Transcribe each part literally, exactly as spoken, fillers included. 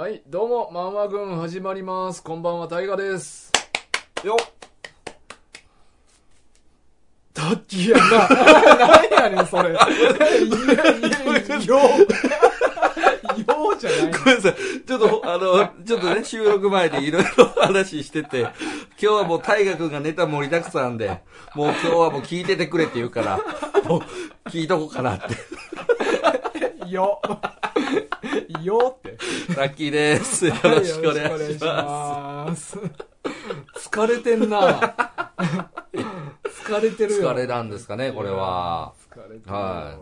はい、どうも漫画軍始まります。こんばんは、タイガです。 よっタッキーやな。何やねんそれ。いやいやいやよよじゃない。 ごめんなさい。ちょっと、あの、ちょっとね、収録前でいろいろ話してて、今日はもう大河君がネタ盛りだくさんで、もう今日はもう聞いててくれって言うから、もう聞いとこうかなって。 よ。よって。 ラッキーです。よろしくお願いします。 疲れてんな。疲れてるよ。 疲れなんですかね、これは。 疲れてるよ。はい、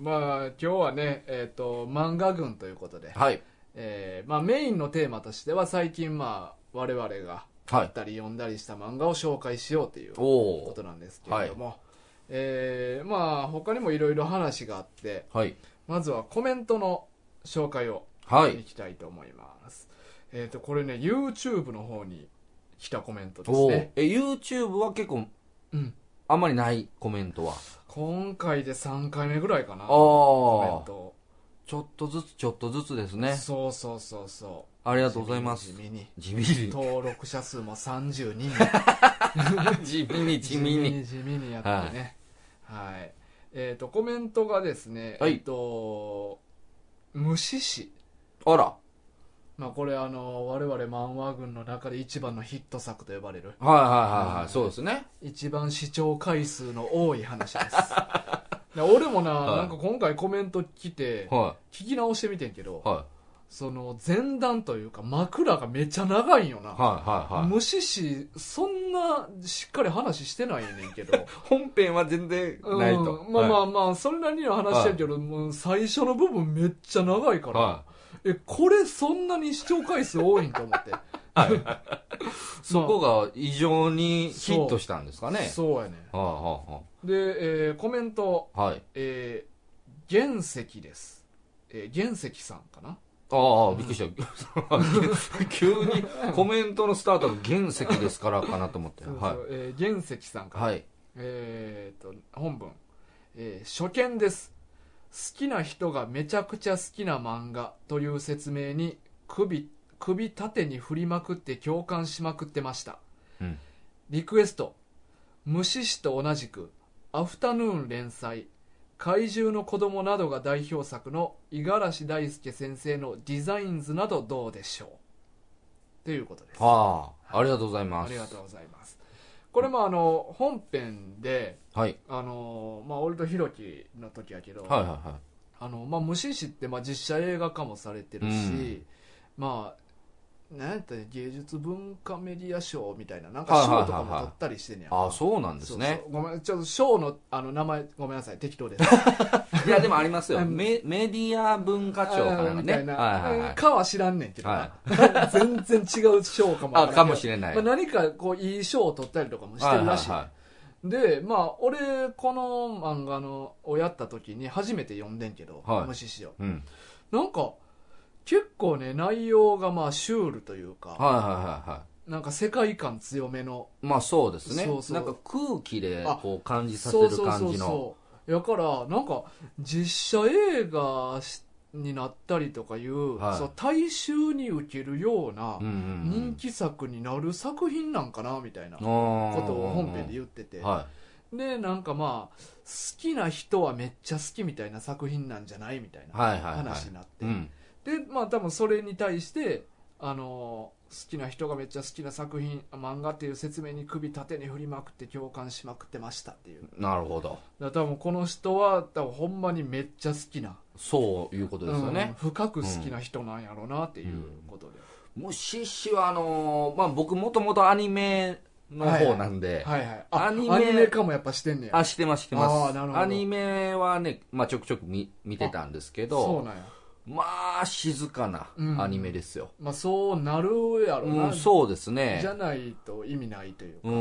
まあ今日はね、えっと漫画群ということで、 はい。 えー、まあメインのテーマとしては最近まあ我々が買ったり読んだりした漫画を紹介しようということなんですけれども、はい、えー、まあ他にもいろいろ話があって、はい、まずはコメントの紹介をしていきたいと思います。はい、えっとこれね YouTube の方に来たコメントですね。 え YouTube は結構、うん、あんまりないコメントは。 今回でさんかいめぐらいかな。コメントちょっとずつちょっとずつですね。 そうそうそうそう。 ありがとうございます。 地味に地味に登録者数もさんじゅうににん地味に地味に地味にやってね。はい、はい、えっ、ー、とコメントがですね、はい、えっ、ー、と虫師。 あら、 まあこれあの我々漫画軍の中で一番のヒット作と呼ばれる、 はいはいはいはい、そうですね。 一番視聴回数の多い話です。俺もな、はい、なんか今回コメント来て、はい、聞き直してみてんけど、はい、その前段というか枕がめっちゃ長いんよな。はいはいはい、虫師そんなしっかり話してないねんけど本編は全然ないと、 うん、まあまあまあ、はい、それなりには話してるけど、はい、もう最初の部分めっちゃ長いから、はい、えこれそんなに視聴回数多いんと思ってはい、 そこが異常にヒットしたんですかね。 そう、そうやね、はあはあ、で、えー、コメント、はい、えー、原石です、えー、原石さんかな。 ああ、びっくりした。急にコメントのスタートが原石ですからかなと思って。 そうそう、はい、えー、原石さんから、はい、えー、と本文、えー、初見です。好きな人がめちゃくちゃ好きな漫画という説明に首首縦に振りまくって共感しまくってました。うん、リクエスト、虫師と同じくアフタヌーン連載怪獣の子供などが代表作の五十嵐大輔先生のデザインズなどどうでしょうということです。 はあ、ありがとうございます。 ありがとうございます。これもあの本編で、はい、あのまあ俺とひろきの時やけど、はいはいはい、あのまあ虫師ってまあ実写映画化もされてるし、うん、まあなんやったら芸術文化メディア賞みたいななんか賞とかも取ったりしてんねやんか。 ああ、そうなんですね。 そうそう、ごめん、ちょっと賞のあの名前ごめんなさい、適当です。 いやでもありますよ。メメディア文化庁かなんかね。みたいな、はいはいはい、 かは知らんねんけど、はい、全然違う賞かもわからんけど。 あ、かもしれない。 まあ、何かこういい賞を取ったりとかもしてるらしい。はいはいはい、でまあ俺この漫画のをやった時に初めて読んでんけど、はい、虫師を、うん、なんか結構ね内容がまあシュールというか、はいはいはいはい、なんか世界観強めの、 まあそうですね、そうそう、なんか空気でこう感じさせる感じの、そうそうそうそう、 やからなんか実写映画になったりとかいう、はい、そう大衆に受けるような人気作になる作品なんかなみたいなことを本編で言ってて、はい、でなんかまあ好きな人はめっちゃ好きみたいな作品なんじゃないみたいな話になって、はいはいはい、うんでまあ多分それに対してあの好きな人がめっちゃ好きな作品漫画っていう説明に首縦に振りまくって共感しまくってましたっていう。 なるほど。 だから多分この人は多分ほんまにめっちゃ好きな、 そういうことですよね、 うん、深く好きな人なんやろうなっていうことで、 うん、虫師はあのー、まあ僕もともとアニメの方なんで、 はいはいはいはい、アニメアニメ化もやっぱしてんねや。 あ、してますしてます。あ、なるほど。アニメはね、まあ、ちょくちょく 見, 見てたんですけど、 そうなんや。 まあ静かなアニメですよ、 うん、まあそうなるやろうな、 うん、そうですね、 じゃないと意味ないというか、 うん、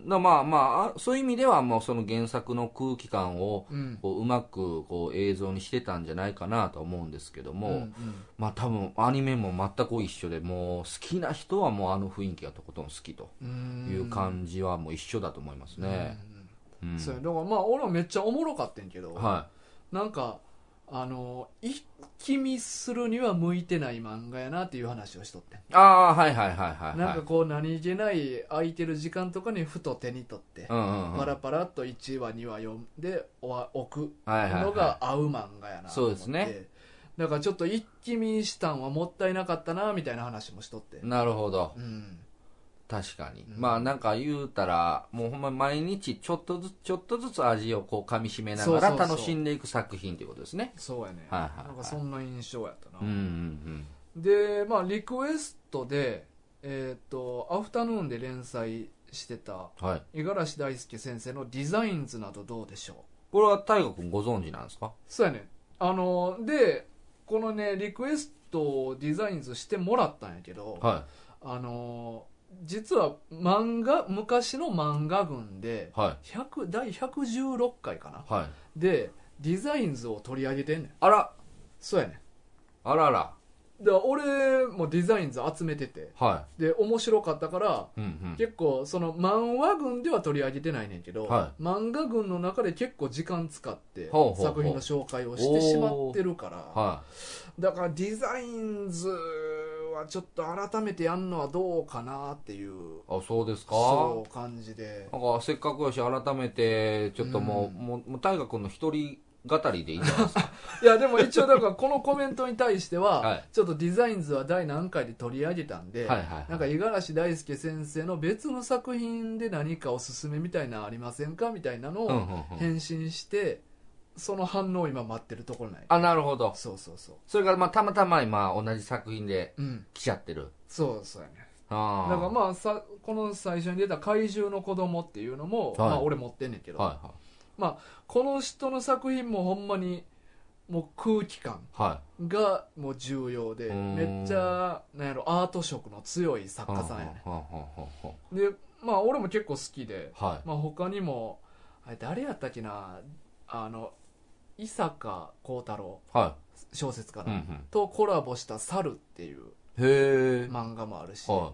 だまあまあそういう意味ではもうその原作の空気感をこう、うまくこう映像にしてたんじゃないかなと思うんですけども、うんうん、まあ多分アニメも全く一緒で、もう好きな人はもうあの雰囲気がとことん好きという感じはもう一緒だと思いますね。 うんうん、そうだからまあ俺はめっちゃおもろかったんけど、はい、なんかあの一気見するには向いてない漫画やなっていう話をしとって、 ああはいはいはいはい、はい、 なんかこう何気ない空いてる時間とかにふと手に取って、うんうんうん、パラパラっといちわにわ読んで置くのが合う漫画やなと思って、はいはいはい、そうですね。だからちょっと一気見したんはもったいなかったなみたいな話もしとって。 なるほど、うん、確かに、うん、まあなんか言うたらもうほんま毎日ちょっとずつちょっとずつ味をこう噛み締めながら楽しんでいく作品ということですね。 そうやね、 はいはいはい、 なんかそんな印象やったな、 うんうんうん、でまあリクエストでえっ、ー、とアフタヌーンで連載してた五十嵐大輔先生のデザインズなどどうでしょう。 これは大河君ご存知なんですか。 そうやね、あのでこのねリクエストをデザインズしてもらったんやけど、はい、あの実は漫画昔の漫画群で、はい、だいひゃくじゅうろっかいかな、はい、でデザインズを取り上げてんねん。 あらそうやねん。 あらら。 だから俺もデザインズ集めてて、はい、で面白かったから、うんうん、結構その漫画群では取り上げてないねんけど、はい、漫画群の中で結構時間使って作品の紹介をしてしまってるから、はい、だからデザインズはちょっと改めてやんのはどうかなっていう。 あ、そうですか。 そう感じで、 なんかせっかくやし改めてちょっともう、うん、もう大河君の一人語りでいいんじゃないですか。 いやでも一応だからこのコメントに対しては、はい、ちょっとデザインズは第何回で取り上げたんで、はいはいはい、なんか五十嵐大輔先生の別の作品で何かおすすめみたいなのありませんかみたいなのを返信して、うんうんうん、その反応を今待ってるところない。 あ、なるほど。 そうそうそう。 それからまあたまたま今同じ作品で来ちゃってる、うん、 そうそうやね。あだからまあさこの最初に出た怪獣の子供っていうのも、はい、まあ俺持ってんねんけど、はいはい、まあこの人の作品もほんまにもう空気感がもう重要で、はい、めっちゃなんやろアート色の強い作家さんやね、はあはあはあ、でまあ俺も結構好きで、はいまあ、他にもあれ誰やったっけな、あの伊坂幸太郎、はい、小説家の、うんうん、とコラボした猿っていう漫画もあるし、はい、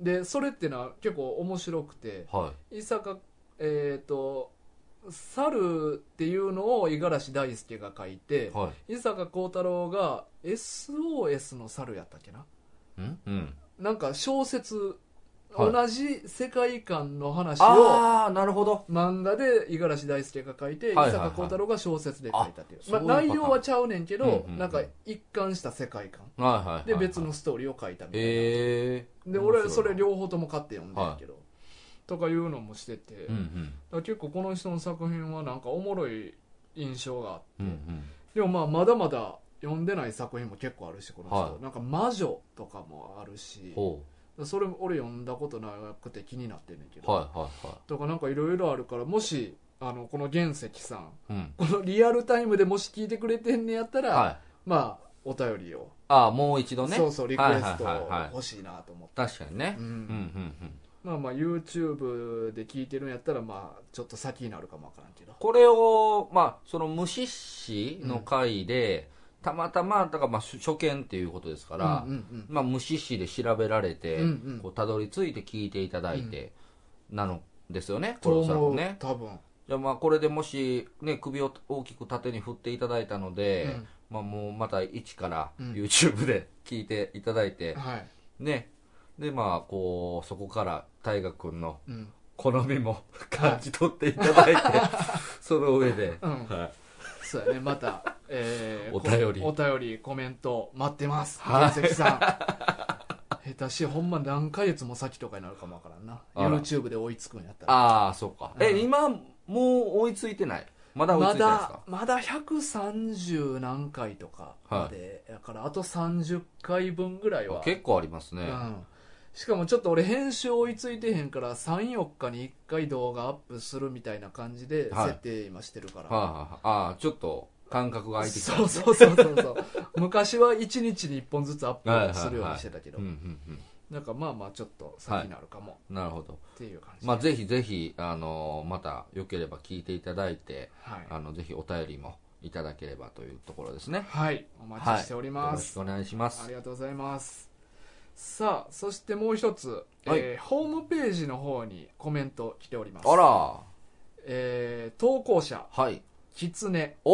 でそれっていうのは結構面白くて、はい、伊坂えっ、ー、と猿っていうのを五十嵐大輔が書いて、はい、伊坂幸太郎が エスオーエス の猿やったっけな、ん、うん、なんか小説、はい、同じ世界観の話をあなるほど漫画で五十嵐大輔が書いて、はいはいはい、伊坂幸太郎が小説で書いたっていう、まあ、内容はちゃうねんけど、うんうんうん、なんか一貫した世界観、はいはいはいはい、で別のストーリーを書いたみたいな、えー、で俺それ両方とも買って読んでるけど、はいとかいうのもしてて、うんうん、だから結構この人の作品はなんかおもろい印象があって、うんうん、でもまあまだまだ読んでない作品も結構あるしこの人、はい、なんか魔女とかもあるし、それ俺読んだことなくて気になってんねんけど、はいはいはい、とかなんかいろいろあるから、もしあのこの原石さん、うん、このリアルタイムでもし聞いてくれてんねやったら、はい、まあお便りをああもう一度ね、 そうそうリクエスト欲しいなと思って、 確かにね、うんうんうんうんまあまあ YouTube で聞いてるんやったらまあちょっと先になるかもわからんけど、 これをまあその無視しの回で、うん、たまたまだからまあ初見っていうことですから、うんうんうん、まあ無視しで調べられて、うんうん、こうたどり着いて聞いていただいて、なのですよね、 うん、これおそらくね、多分じゃあまあこれでもしね首を大きく縦に振っていただいたので、うん、まあもうまた一から YouTube で聞いていただいて、うん、はいねでまあこうそこから大河君の好みも感じ取っていただいて、はい、その上で、うんはい、 そうやねまた、えー、 お便りお便りコメント待ってます、原石さん下手しほんま何ヶ月も先とかになるかもわからんな、 YouTube で追いつくんやったら。 ああそうか、うん、え今もう追いついてない、まだ追いついてないですか。 まだ、まだひゃくさんじゅう何回とかまで、はい、やからあとさんじゅっかいぶんぐらいは結構ありますね、 うんしかもちょっと俺編集追いついてへんからさん、よっかにいっかい動画アップするみたいな感じで設定今してるから、はいはあ、ああちょっと感覚が空いてきた、 ね、そうそうそうそうそう昔はいちにちにいっぽんずつアップするようにしてたけど、なんかまあまあちょっと先になるかも、はい、 なるほどっていう感じ、 まあ、ぜひぜひあのまたよければ聞いていただいて、はい、あのぜひお便りもいただければというところですね。 はいお待ちしております、はい、よろしくお願いします。 ありがとうございます。さあそしてもう一つ、はいえー、ホームページの方にコメント来ております。 あら、 えー、投稿者、 はい、 きつねおい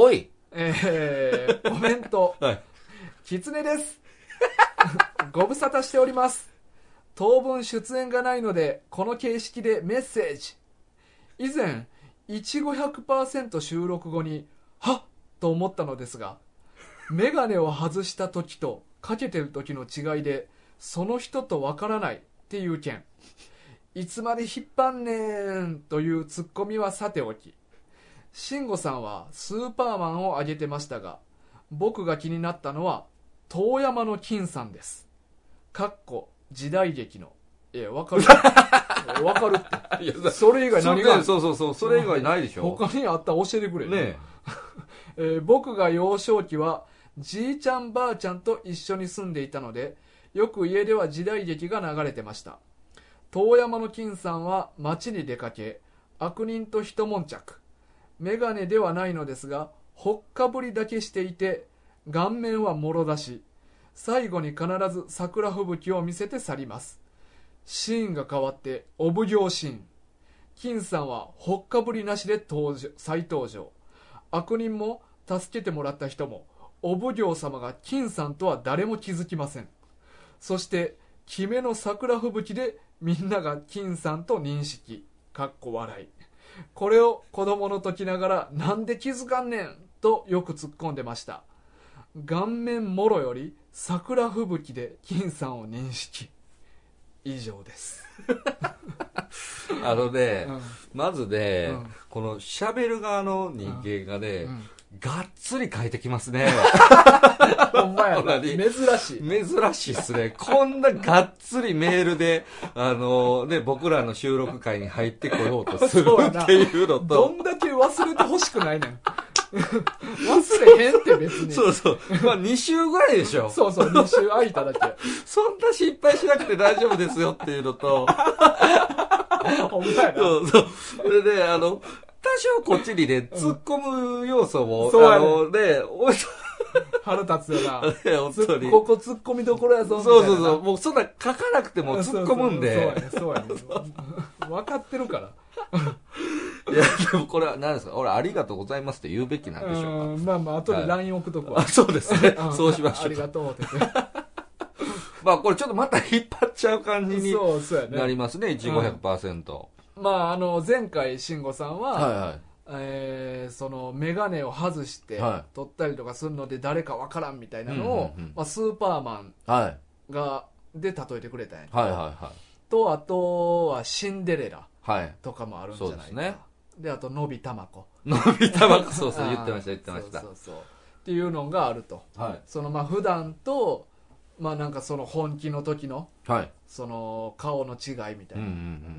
えー、コメント。はい。キツネです。ご無沙汰しております。当分出演がないので、この形式でメッセージ。以前、いちご ひゃくパーセント 収録後に、はっと思ったのですが、メガネを外した時とかけてる時の違いで、その人とわからないっていう件。いつまで引っ張んねーんというツッコミはさておき、慎吾さんはスーパーマンを挙げてましたが、僕が気になったのは遠山の金さんです。かっこ時代劇の。いや、わかる。わかるって。いや、それ以外何がある？ そうそうそう、それ以外ないでしょ。 他にあったら教えてくれ。 ねえー、僕が幼少期はじいちゃんばあちゃんと一緒に住んでいたので、よく家では時代劇が流れてました。遠山の金さんは街に出かけ、悪人と一悶着。メガネではないのですが、ほっかぶりだけしていて、顔面はもろ出し、最後に必ず桜吹雪を見せて去ります。シーンが変わってお奉行シーン。金さんはほっかぶりなしで登場再登場。悪人も助けてもらった人も、お奉行様が金さんとは誰も気づきません。そして決めの桜吹雪でみんなが金さんと認識。かっこ笑い。これを子供の時ながら、なんで気づかんねんとよく突っ込んでました。顔面もろより桜吹雪で金さんを認識。以上です。 あのね、うん、まずね、うん、この喋る側の人間がね、うんうん、がっつり変えてきますね。 ほんまやな。珍しい。 珍しいっすね。こんながっつりメールで、あのね、僕らの収録会に入ってこようとするっていうのと。 どんだけ忘れてほしくないねん。忘れへんって別に。 そうそう。まあに週ぐらいでしょ。 そうそう、に週空いただけ。 そんな失敗しなくて大丈夫ですよっていうのと。 ほんまやな。 そうそう。それで、あの、多少こっちにね、突っ込む要素も、 うん、 あのね、 腹立つよな。 本当に。 ここ突っ込みどころやぞ。 そうそうそう。もうそんな書かなくても突っ込むんで。 そうやね、そうやね。分かってるから。 いや、でもこれは何ですか？俺ありがとうございますって言うべきなんでしょうか？ うん、まあまあ、後で ライン 送っとくわ。 あ、そうですね。そうしましょう。 ありがとうって。 まあこれちょっとまた引っ張っちゃう感じになりますね、いちご ひゃくパーセント。 まあ、あの、前回、慎吾さんは、 はいはい。 えー、そのメガネを外して撮ったりとかするので誰かわからんみたいなのを、うんうんうん、まあ、スーパーマンが、はい、で例えてくれたんやけど、 はいはいはい、 とあとはシンデレラとかもあるんじゃないか、はい、そうですね。であとのびたまこのびたまこそうそう言ってました言ってましたそうそうそうっていうのがあると、はい、そのまあ普段とまあなんかその本気の時の、はい、その顔の違いみたいな、うんうんうん、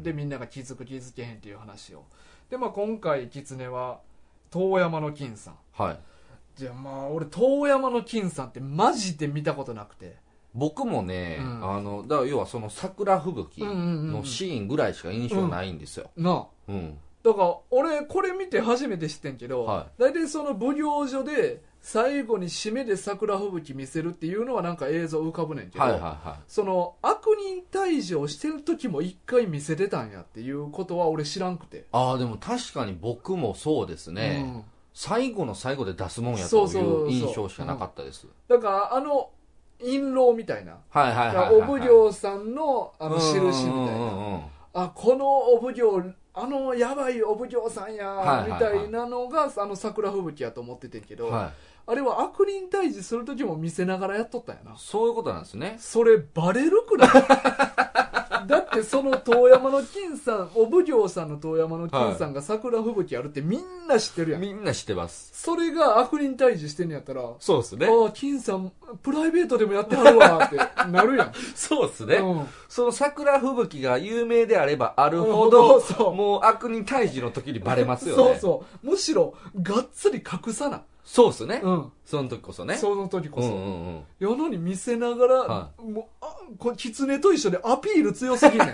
でみんなが気づく気づけへんっていう話をで、まあ、今回狐は遠山の金さん、はい、じゃあまあ俺遠山の金さんってマジで見たことなくて僕もね、うん、あのだから要はその桜吹雪のシーンぐらいしか印象ないんですよ、 うんうんうん、なあ、うん、だから俺これ見て初めて知ってんけど、はい、大体その奉行所で最後に締めで桜吹雪見せるっていうのはなんか映像浮かぶねんけど、はいはいはい、その悪人退治をしてる時も一回見せてたんやっていうことは俺知らんくて。 ああでも確かに僕もそうですね、うん、最後の最後で出すもんやという印象しかなかったです。 だからあの印籠みたいな、はいはいはいはいはい、お奉行さんのあの印みたいな、うんうんうんうん、あこのお奉行あのやばいお奉行さんや、はいはいはい、みたいなのがあの桜吹雪やと思っててんけど、はい、あれは悪人退治する時も見せながらやっとったんやな。 そういうことなんですね。 それバレるくらいだってその遠山の金さんお奉行さんの遠山の金さんが桜吹雪やるってみんな知ってるやん。 みんな知ってます。 それが悪人退治してんのやったらそうですね。 ああ金さんプライベートでもやってはるわってなるやんそうですね、うん、その桜吹雪が有名であればあるほど、うん、もう悪人退治の時にバレますよね。 そうそうむしろがっつり隠さな。 そうですね、うん、その時こそね。 その時こそ、うんうんうん、世のに見せながら、はい、もうあこ狐と一緒でアピール強すぎねん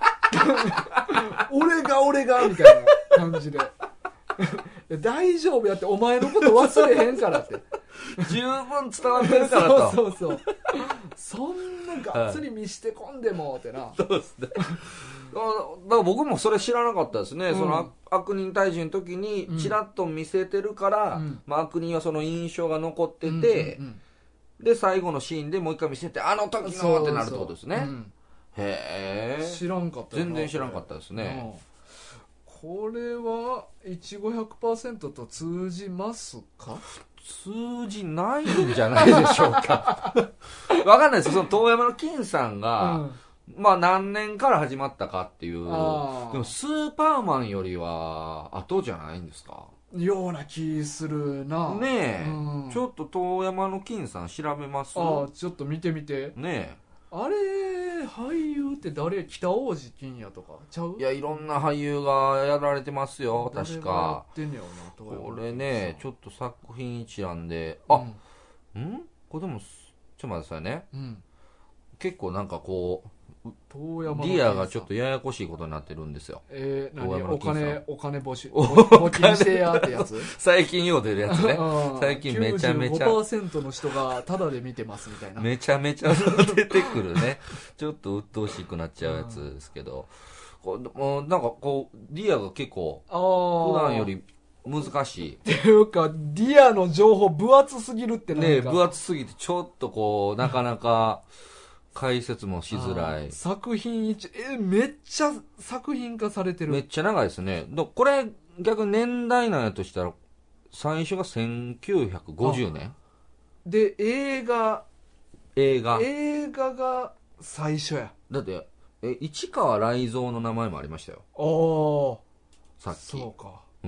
俺が俺がみたいな感じで大丈夫やってお前のこと忘れへんからって十分伝わってるからとそうそうそうそんがっつり見してこんでもってな。 そうですね。だから僕もそれ知らなかったですね。うん、その悪人退治の時にチラッと見せてるから、うん、まあ、悪人はその印象が残ってて、うんうんうん、で最後のシーンでもう一回見せてあの時のってなるってことですね。そうそう、うん、へえ。 知らんかった。 全然知らんかったですね。 これはいちご ひゃくパーセント と通じますか？ 通じないんじゃないでしょうか。わかんないです。その遠山の金さんが、うん、まあ何年から始まったかっていう。でもスーパーマンよりは後じゃないんですか？ ような気するな。 ねえ、うん、ちょっと遠山の金さん調べます？ ああ、ちょっと見てみて。 ねえ。 あれ俳優って誰？北大路欣也とかちゃう？ いや、いろんな俳優がやられてますよ、確か。 やってんねやな。 これね、ちょっと作品一覧で、あ、うん、んこれでもちょっと待ってくださいね、うん、結構なんかこうリアがちょっとややこしいことになってるんですよ。 えー、何？お金お金募集募金してやってやつ？ 最近よう出るやつね。最近めちゃめちゃきゅうじゅうごパーセント の人がタダで見てますみたいな。 めちゃめちゃ出てくるね。ちょっと鬱陶しくなっちゃうやつですけど、こうもうなんかこうリアが結構普段より難しい。 っていうかリアの情報分厚すぎるってなんかね、分厚すぎてちょっとこうなかなか解説もしづらい。 作品一、え、めっちゃ作品化されてる。 めっちゃ長いですね。これ逆に年代なんやとしたら最初がせんきゅうひゃくごじゅうねんで映画映画映画が最初や。 だってえ市川雷蔵の名前もありましたよ。 ああ、 さっき。 そうか。 うん。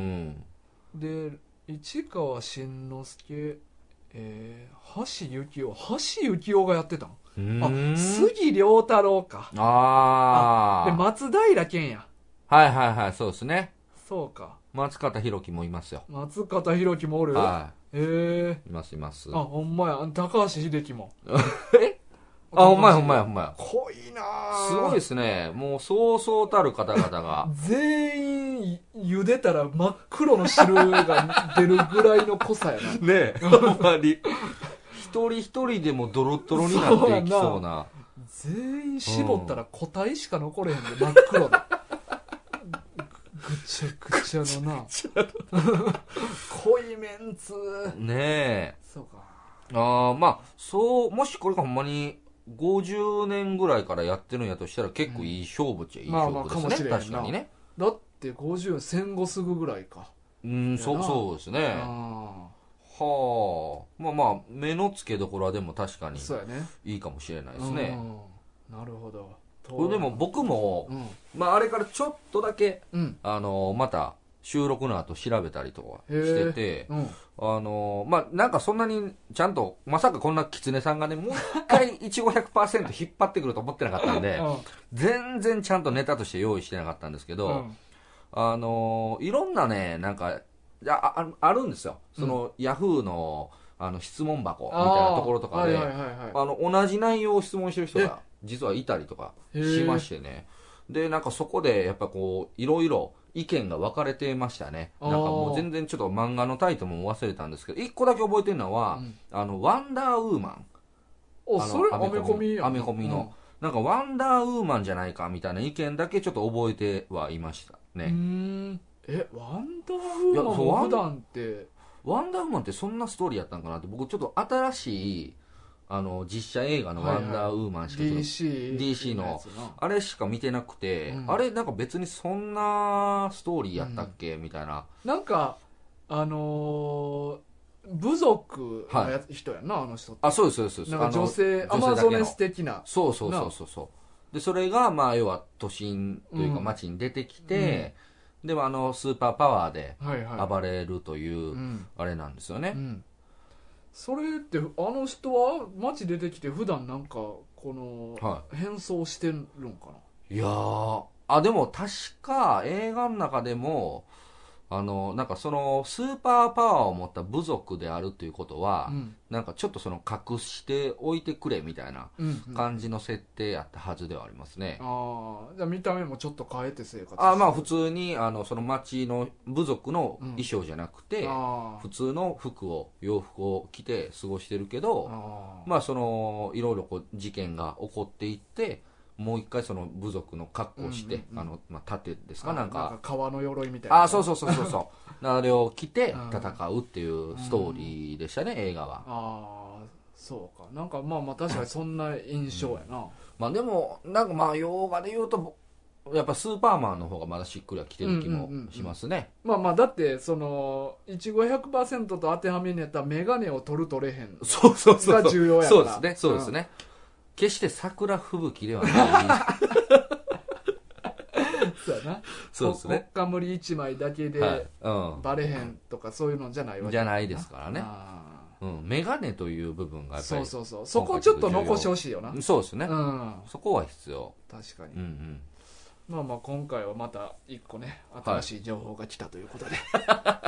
で市川新之助、えー、橋幸夫橋幸夫がやってたん。あ、杉良太郎か。 ああ。 で、松平健や。 はいはいはい、そうですね。 そうか。 松方弘樹もいますよ。 松方弘樹もおる？ はい。 ええー。いますいます。 あ、ほんまや。高橋秀樹も。 えあ、ほんまやほんまやほんまや。 濃いなぁ。 すごいですね。もうそうそうたる方々が。 全員、茹でたら真っ黒の汁が出るぐらいの濃さやな。 ねえ、ほんまに。一人一人でもドロドロになっていきそうな。 全員絞ったら個体しか残れへんで、真っ黒で。ぐちゃぐちゃのな。濃いメンツ。 ねえ。 そうか。 ああ、まあ、そう、もしこれがほんまにごじゅうねんぐらいからやってるんやとしたら結構いい勝負っちゃいい勝負ですね。まあまあかもしれんな。確かにね。 だってごじゅう、戦後すぐぐらいか。 うん、そう、そうですね。あはあ、まあまあ目の付けどころはでも確かにいいかもしれないですね。 なるほど。 これでも僕も、うん、まああれからちょっとだけ、うん、あのまた収録の後調べたりとかしてて、うん、あのまあなんかそんなにちゃんとまさかこんな狐さんがねもう一回いちご ひゃくパーセント 引っ張ってくると思ってなかったんで、うん、全然ちゃんとネタとして用意してなかったんですけど、うん、あのいろんなねなんかあ, あ, あるんですよ。その、うん、ヤフーのあの質問箱みたいなところとかで、はいはいはいはい、あの同じ内容を質問してる人が実はいたりとかしましてね。でなんかそこでやっぱこういろいろ意見が分かれてましたね。なんかもう全然ちょっと漫画のタイトルも忘れたんですけど、一個だけ覚えてるのは、うん、あのワンダーウーマン。 お、それアメコミやアメコミの、うん、なんかワンダーウーマンじゃないかみたいな意見だけちょっと覚えてはいましたね。 うーん、え、ワンダーウーマンも普段ってワンダーウーマンってそんなストーリーやったんかなって、僕ちょっと新しいあの実写映画のワンダーウーマンしか、はいはい、ディーシー, ディーシー のあれしか見てなくて、うん、あれなんか別にそんなストーリーやったっけ、うん、みたいな。 なんかあのー、部族のや、はい、人やなあの人って。 あ、そうですそうです。 なんか女性アマゾネス的な。 そうそうそうそうそうでそれがまあ要は都心というか街に出てきて、うん、でもあのスーパーパワーで暴れるというあれなんですよね、うんうん、 それってあの人は街出てきて普段なんかこの、はい、変装してるんかな。 いやーあでも確か映画の中でもあのなんかそのスーパーパワーを持った部族であるということは、うん、なんかちょっとその隠しておいてくれみたいな感じの設定やったはずではありますね、 うんうん、ああじゃあ見た目もちょっと変えて生活してあまあ普通にあのその町の部族の衣装じゃなくて、うん、普通の服を洋服を着て過ごしてるけどあまあそのいろいろこう事件が起こっていってもう一回その部族の格好をして、うんうんうん、あのまあ、盾ですかなんかなんか革の鎧みたいなあそうそうそうそうそうあれを着て戦うっていうストーリーでしたね、うん、映画は。 ああそうかなんかまあまあ確かにそんな印象やな、うん、 まあでもなんかまあ洋画で言うとやっぱスーパーマンの方がまだしっくりはきてる気もしますね、 うんうんうん、まあまあだってそのいちごひゃくパーセント と当てはめにやったらメガネを取る取れへんそうそうそうが重要やからそうですねそうですね、うん決して桜吹雪ではないそうやなそうですねほっかむりいちまいだけでバレへんとかそういうのじゃないわけじゃないですからね、うん、メガネという部分がやっぱりそうそうそうそこちょっと残してほしいよなそうですね、うん、そこは必要確かに、うんうん、まあまあ今回はまた一個ね新しい情報が来たということで、はい、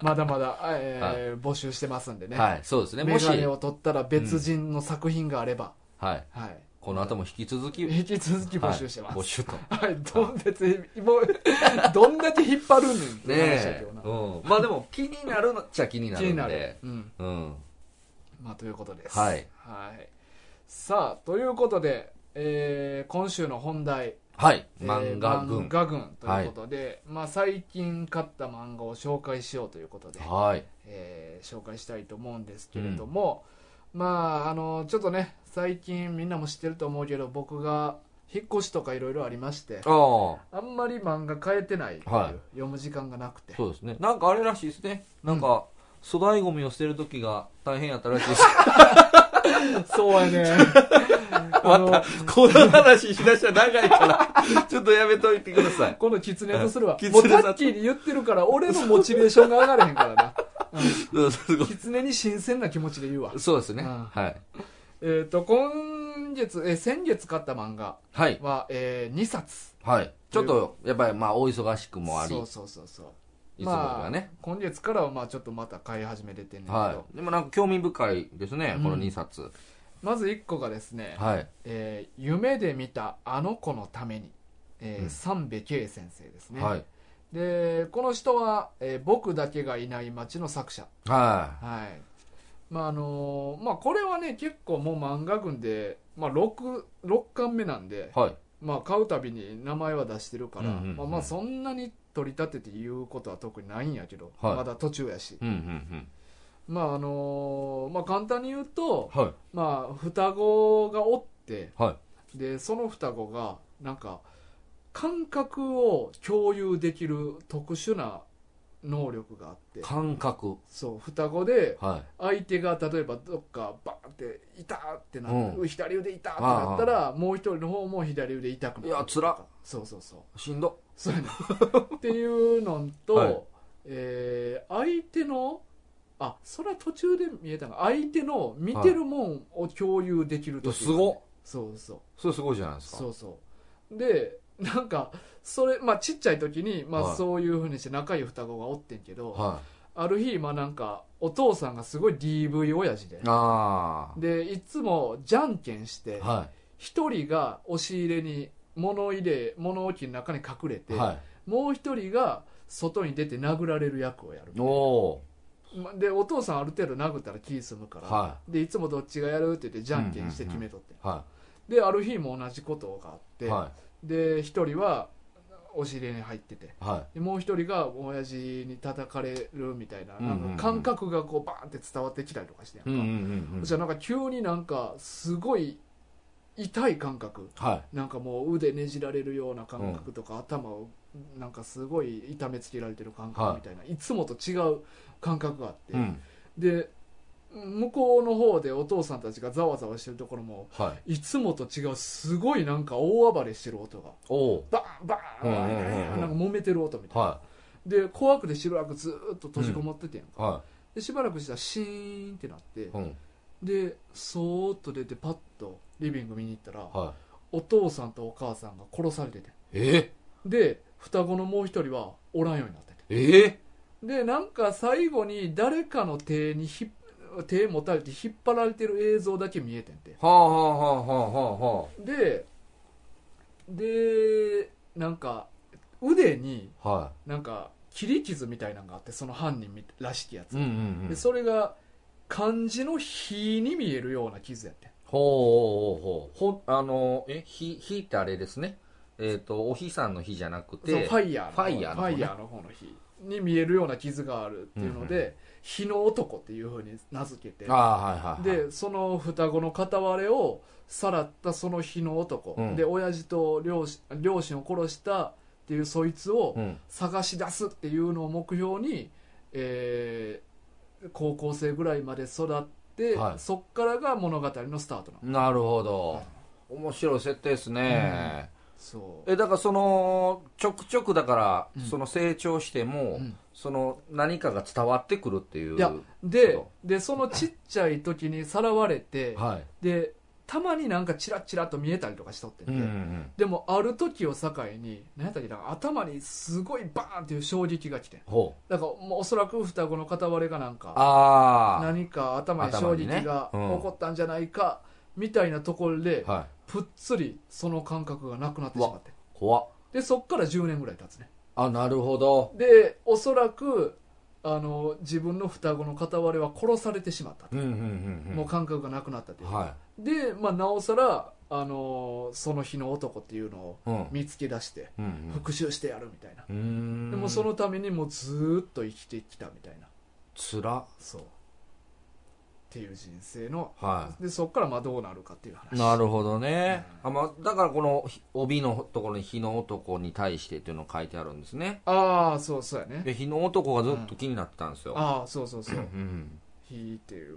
まだまだ、えーはい、募集してますんでね、 はい、そうですねメガネを取ったら別人の作品があれば、うんはい、はい、この後も引き続き引き続き募集してます、 はい、募集とはいどん別にもうどんだけ引っ張るねんって話だけどな、 ねうん、まあでも気になるのっちゃ気になるんで気になる、 うんうん、まあということですはい、 はい、さあということで、えー、今週の本題はい漫画軍、 えー、漫画軍ということで、はい、まあ最近買った漫画を紹介しようということで、 はいえー、紹介したいと思うんですけれども、うんまああのちょっとね最近みんなも知ってると思うけど僕が引っ越しとかいろいろありましてああんまり漫画変えてないという、はい、読む時間がなくてそうですねなんかあれらしいですねなんか、うん、粗大ゴミを捨てる時が大変やったらしいですそうやねまたこの話しだしたら長いからちょっとやめといてください今度キツネとするわもうタッキーに言ってるから俺のモチベーションが上がれへんからなうん、キツネに新鮮な気持ちで言うわそうですね、うん、はいえっ、ー、と今月、えー、先月買った漫画は、はいえー、にさつはいちょっとやっぱりまあお忙しくもありそうそうそうそういつもがね、 まあ、今月からはまあちょっとまた買い始めれてんねんけど、 はい、でもなんか興味深いですね、うん、このにさつまずいっこがですね、 はいえー、夢で見たあの子のために、えーうん、三部圭先生ですね、はいでこの人は、えー、僕だけがいない街の作者はい、 はいまああのー、まあこれはね結構もう漫画群で、まあ、ろく, ろっかんめなんで、はいまあ、買うたびに名前は出してるから、うんうんうんまあ、まあそんなに取り立てて言うことは特にないんやけど、はい、まだ途中やし、うんうんうんまああのーまあ、簡単に言うと、はいまあ、双子がおって、はい、でその双子がなんか感覚を共有できる特殊な能力があって感覚そう双子で相手が例えばどっかバーンっていたってなって、うん、左腕いたってなったらもう一人の方も左腕痛くなるいやつらそうそうそうしんどそうやねっていうのと、はいえー、相手のあそれは途中で見えたの相手の見てるもんを共有できると、ね、 すごっそうそうそれすごいじゃないですかそうそうでなんかそれまあちっちゃい時にまあそういう風にして仲いい双子がおってんけど、はい、ある日まあなんかお父さんがすごい ディーブイ 親父であでいつもじゃんけんして一、はい、人が押し入れに物入れ物置の中に隠れて、はい、もう一人が外に出て殴られる役をやるおでお父さんある程度殴ったら気済むから、はい、でいつもどっちがやるって言ってじゃんけんして決めとって、うんうんうんはい、である日も同じことがあって、はいで一人は押し入れに入ってて、はい、でもう一人が親父に叩かれるみたいな、うんうんうん、なんか感覚がこうバーンって伝わってきたりとかしてやんか、うんうんうん、そしたらなんか急になんかすごい痛い感覚、はい、なんかもう腕ねじられるような感覚とか、うん、頭をなんかすごい痛めつけられてる感覚みたいな、はい、いつもと違う感覚があって、うん、で向こうの方でお父さんたちがざわざわしてるところも、はい、いつもと違うすごいなんか大暴れしてる音がバーンバーン、うんうんうん、なんか揉めてる音みたいな、はい、で怖くてしばらくずっと閉じこもっててんか、うんはい、でしばらくしたらシーンってなって、うん、でそーっと出てパッとリビング見に行ったら、はい、お父さんとお母さんが殺されててえで双子のもう一人はおらんようになっててえでなんか最後に誰かの手にひ手持たれて引っ張られてる映像だけ見えてんて。 はあはあはあはあはあ。ででなんか腕になんか切り傷みたいなのがあって、その犯人らしきやつ、うんうんうん、でそれが漢字の火に見えるような傷やって。 ほうほうほうほう。あのえ火火ってあれですね、えっ、ー、とお日さんの火じゃなくて、 そうファイヤーのファイヤーの方、ね、 ファイヤーの方の火に見えるような傷があるっていうので、うんうん、火の男っていう風に名付けて、 あ、はいはいはい、 でその双子の片割れをさらったその火の男、うん、で親父と両親、両親を殺したっていうそいつを探し出すっていうのを目標に、えー、高校生ぐらいまで育って、はい、そっからが物語のスタートなの。 なるほど、はい、面白い設定ですね、うん、 そうえだからそのちょくちょくだから、うん、その成長しても、うん、その何かが伝わってくるっていう。 いやででそのちっちゃい時にさらわれて、はい、でたまになんかチラチラと見えたりとかしとってて、うんうんうん、でもある時を境に何やったっけな、頭にすごいバーンっていう衝撃が来て、だからもうおそらく双子の片割れがなんかあ何か頭に衝撃が起こったんじゃないかみたいなところで、はい、ぷっつりその感覚がなくなってしまって、 怖っ。 でそっからじゅうねんぐらい経つね。 あ、なるほど。 でおそらくあの自分の双子の片割れは殺されてしまった、うんうんうんうん、もう感覚がなくなったという、はい、で、まあ、なおさらあのその日の男っていうのを見つけ出して、うんうんうん、復讐してやるみたいな、うん、でもそのためにもうずっと生きてきたみたいな。 つらそうっていう人生の、はい、でそっからまあどうなるかっていう話。 なるほどね、うん、あ、まあ、だからこの帯のところに火の男に対してっていうのを書いてあるんですね。 ああ、そうそうやね。 で火の男がずっと気になってたんですよ、 うん、ああそうそうそう、うん、火っていう、うん、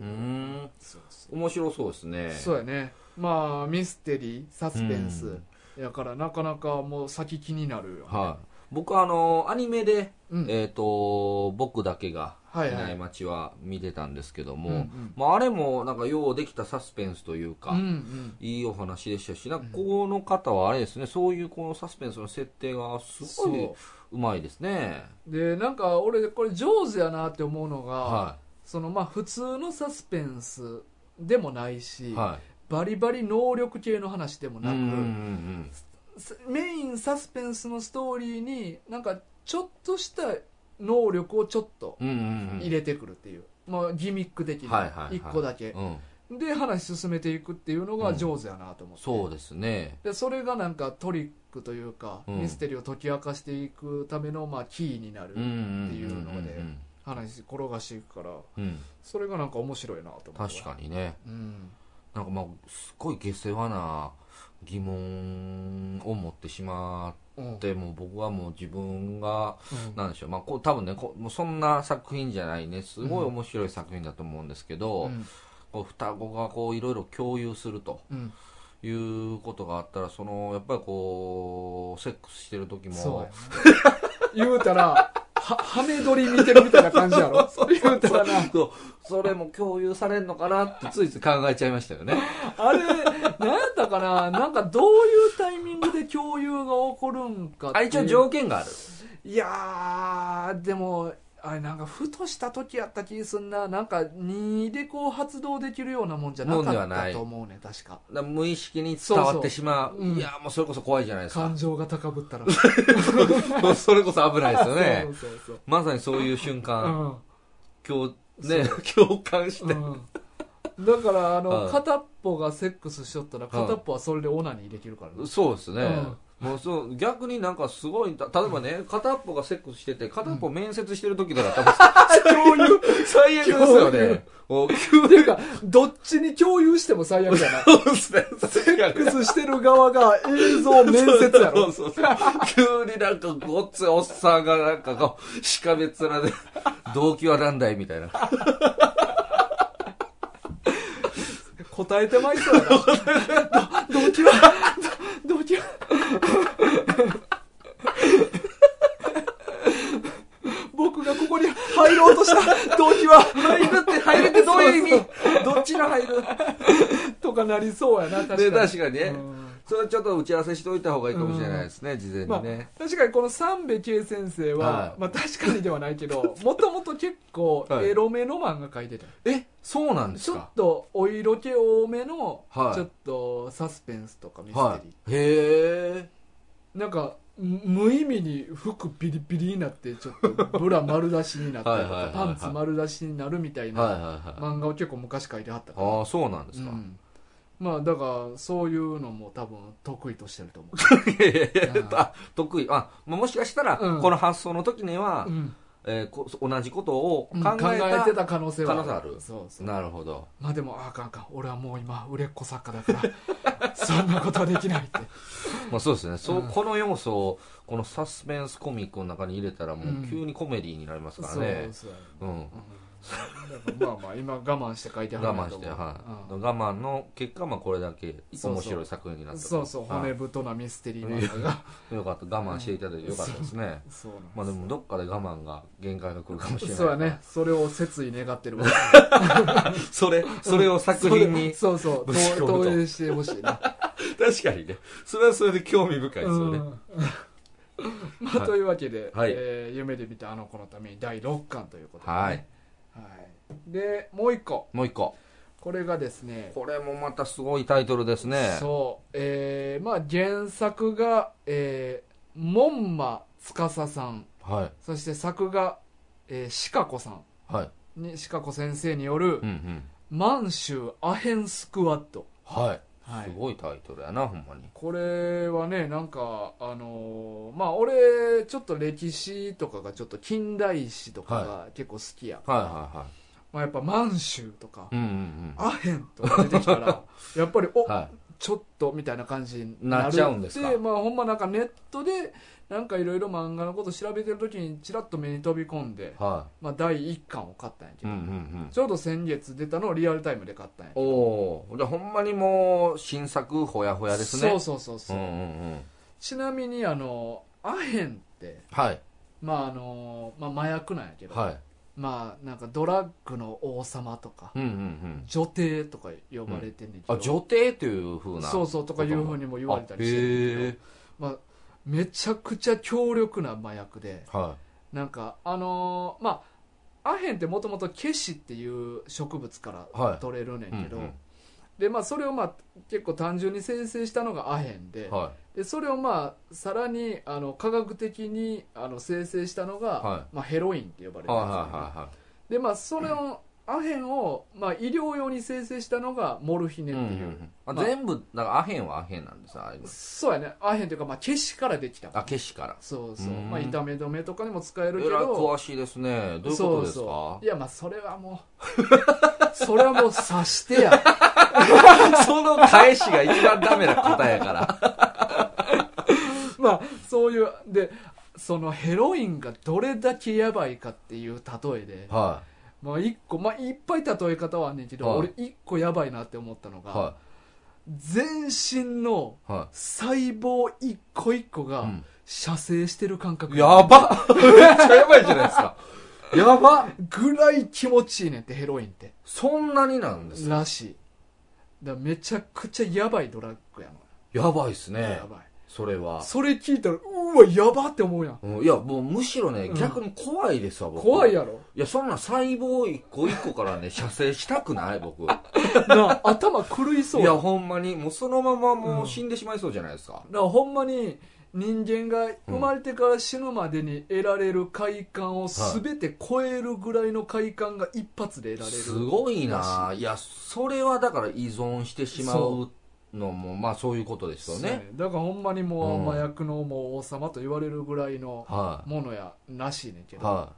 そうそう、面白そうですね。 そうやね。まあミステリーサスペンス、うん、やからなかなかもう先気になるよね、 はい。僕はあのアニメで、うん、えーと僕だけがいない街は見てたんですけども、はいはい、まあ、あれもなんかようできたサスペンスというか、うんうん、いいお話でしたし、なんかこの方はあれですね、そういうこのサスペンスの設定がすごいうまいですね。 でなんか俺これ上手やなって思うのが、はい、そのまあ普通のサスペンスでもないし、はい、バリバリ能力系の話でもなく、うんうんうん、メインサスペンスのストーリーになんかちょっとした能力をちょっと入れてくるっていう、うんうんうん、まあ、ギミック的にいっこだけ、はいはいはい、うん、で話進めていくっていうのが上手やなと思って、 うん、そうですね。 でそれがなんかトリックというか、うん、ミステリーを解き明かしていくためのまあキーになるっていうので話転がしていくから、うん、それがなんか面白いなと思って。 確かにね、うん、なんかまあすごい下世話な疑問を持ってしまって、うん、もう僕はもう自分が、うん、なんでしょう、まあ、こう多分ねこもうそんな作品じゃないね、すごい面白い作品だと思うんですけど、うん、こう双子がこういろいろ共有すると、いうことがあったら、そのやっぱりこうセックスしてる時もそう言うたらはハメ撮り見てるみたいな感じやろそう言うたらな、 そうそれも共有されるのかなってついつい考えちゃいましたよねあれ何やったかな、なんかどういうタイミングで共有が起こるんかって、 あ、一応条件がある。 いやーでもあれなんかふとした時やった気すんな。なんかにでこう発動できるようなもんじゃなかったと思うね、確か。 だ無意識に伝わってしまう。そうそう、うん、いやもうそれこそ怖いじゃないですか。 感情が高ぶったらそれこそ危ないですよねそうそうそう、まさにそういう瞬間、うん、今日ね共感して、うん、 だからあの片っぽがセックスしとったら片っぽはそれでオナニーできるからね、 うん、そうですね、うん、もうそう逆になんかすごい、例えばね、片っぽがセックスしてて片っぽ面接してる時とか多分、共有最悪ですよね。 っていうかどっちに共有しても最悪じゃない。そうですね。セックスしてる側が映像面接やろ。そうそうそう、 急になんかごっついおっさんがなんかこうしかめ面で動機はなんだいみたいな。 答えてまいそうやな。動機は動機は僕がここに入ろうとした動機は入るって入るってどういう意味どっちの入るとかなりそうやな、確かに。 で確かにね、 それはちょっと打ち合わせしておいた方がいいかもしれないですね、うん、事前にね、まあ、確かにこの三部圭先生は、はい、まあ確かにではないけどもともと結構エロめの漫画描いてた、 はい、えそうなんですか。 ちょっとお色気多めの、はい、ちょっとサスペンスとかミステリー、はい、 へえ。 なんか無意味に服ピリピリになってちょっとブラ丸出しになったりとかパンツ丸出しになるみたいな漫画を結構昔書いてはったから、 ああそうなんですか、うん、 まあだからそういうのも多分得意としてると思ういやいやいや、あ得意あ、まあ、もしかしたらこの発想の時には、うんえー、こ同じことを考えた、うん、考えてた可能性はある。そうそうなるほど。 まあでもあかんかん俺はもう今売れっ子作家だからそんなことはできないってまあそうですね、そう、うん、この要素をこのサスペンスコミックの中に入れたらもう急にコメディになりますからね、うん、そうそう、うんだからまあまあ今我慢して書いてはるんだと思う。 我慢して、はい、うん、我慢の結果、まあこれだけ面白い作品になったと。 そうそう、骨太なミステリー漫画がよかった、我慢していただいてよかったですね、うん、そうそうなんです。まあでもどっかで我慢が限界が来るかもしれない。 そうやね、それを切意願ってるわそれそれを作品にそうそう投影してほしいな確かにね、それはそれで興味深いですよね、うんまあ、というわけで、はい、えー、夢で見たあの子のためにだいろっかんということで、ね、はいはい、でもう一個もう一個これがですね、 これもまたすごいタイトルですね。 そう、えー、まあ原作が、えー、門馬司さん、はい、そして作画、えー、シカ子さん、はい、にシカ子先生による、うんうん、満州アヘンスクワット、 はいはい、すごいタイトルやなほんまに。 これはねなんかあのー、まあ俺ちょっと歴史とかがちょっと近代史とかが結構好きやから、はいはいはいはい、まあ、やっぱ満州とか、うんうんうん、アヘンとか出てきたらやっぱりお、はい、ちょっとみたいな感じになる。 なっちゃうんですか。 で、まあ、ほんまなんかネットでなんかいろいろ漫画のこと調べてる時にちらっと目に飛び込んで、はい、まあ、だいいっかんを買ったんやけど、うんうんうん、ちょうど先月出たのをリアルタイムで買ったんやけど、 おー、じゃあほんまにもう新作ほやほやですね。 そうそうそうそう、うんうんうん、ちなみにあのアヘンって、はい、まああのまあ、麻薬なんやけど、はい、まあなんかドラッグの王様とか、うんうんうん、女帝とか呼ばれてんねんけど、 うん、あ女帝っていう風な、 そうそうとかいう風にも言われたりしてるんだけど、まあめちゃくちゃ強力な麻薬で、はい、なんかあのー、まあアヘンってもともとケシっていう植物から取れるねんけど、はい、うんうん、でまあそれをまあ結構単純に生成したのがアヘンで、はい、でそれをまあさらにあの科学的にあの生成したのが、はい、まあ、ヘロインって呼ばれてるんですよ、ね、はいはいはい、でまあそれをアヘンを、まあ、医療用に生成したのがモルヒネっていう、うんうんうん、 まあ、全部だからアヘンはアヘンなんですあれ。 そうやね、アヘンというか、まあ、ケシからできた。 あ、ケシから。 そうそう、まあ、痛め止めとかにも使えるけど。えらい詳しいですね。どういうことですか。そうそう、いや、まあそれはもうそれはもう察してやその返しが一番ダメな答えやからまあそういうで、そのヘロインがどれだけやばいかっていう例えで、はい、まあ、一個、まあ、いっぱい例え方はあんねんけど、はい、俺一個やばいなって思ったのが、はい、全身の細胞一個一個が射精してる感覚、 うん、やばめっちゃやばいじゃないですかやばぐらい気持ちいいねんってヘロインって。 そんなになんですからしい。だからめちゃくちゃやばいドラッグやの。やばいっすね。やばい。それはそれ聞いたらうわやばって思うやん、 うん、いやもうむしろね、うん、逆に怖いですわ僕。 怖いやろ。 いやそんな細胞一個一個からね射精したくない僕な頭狂いそう。 いやほんまにもうそのままもう死んでしまいそうじゃないですか、 うん、だからほんまに人間が生まれてから死ぬまでに得られる快感を全て超えるぐらいの快感が一発で得られる、 すごいな。いやそれはだから依存してしまうのもまあそういうことですよ ね, ね。 だからほんまにもう麻薬のもう王様と言われるぐらいのものやらしいねんけど、はい、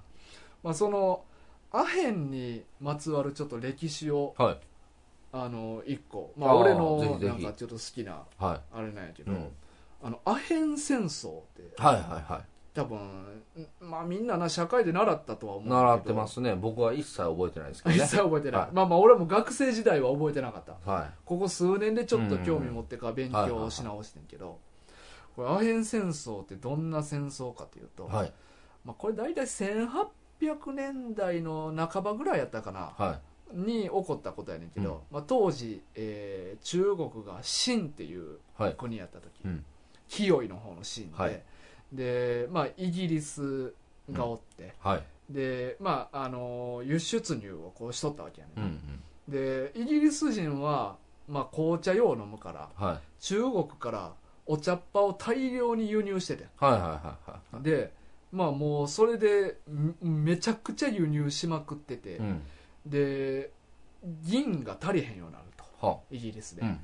まあ、そのアヘンにまつわるちょっと歴史を、はい、あの一個、まあ、俺のなんかちょっと好きなあれなんやけど、はい、うん、あのアヘン戦争って、はいはいはい、多分まあみんなな社会で習ったとは思うけど。 習ってますね。僕は一切覚えてないですけどね。 一切覚えてない、はい、まあまあ俺も学生時代は覚えてなかった、はい、ここ数年でちょっと興味持ってから勉強をし直してんけど、これアヘン戦争ってどんな戦争かというと、はい、まあ、これ大体せんはっぴゃくねんだいの半ばぐらいやったかな、はい、 に起こったことやねんけど、うんまあ、当時、えー、中国が清っていう国やった時、はいうん、清いの方の清で、はい、で、まあ、イギリスがおって、うんはい、で、まあ、あの輸出入をこうしとったわけやね、うんうん、でイギリス人は、まあ、紅茶よう飲むから、はい、中国からお茶っ葉を大量に輸入してて、はいはいはいはい、で、まあ、もうそれでめちゃくちゃ輸入しまくってて、うん、で銀が足りへんようになると、はイギリスで、うんうん、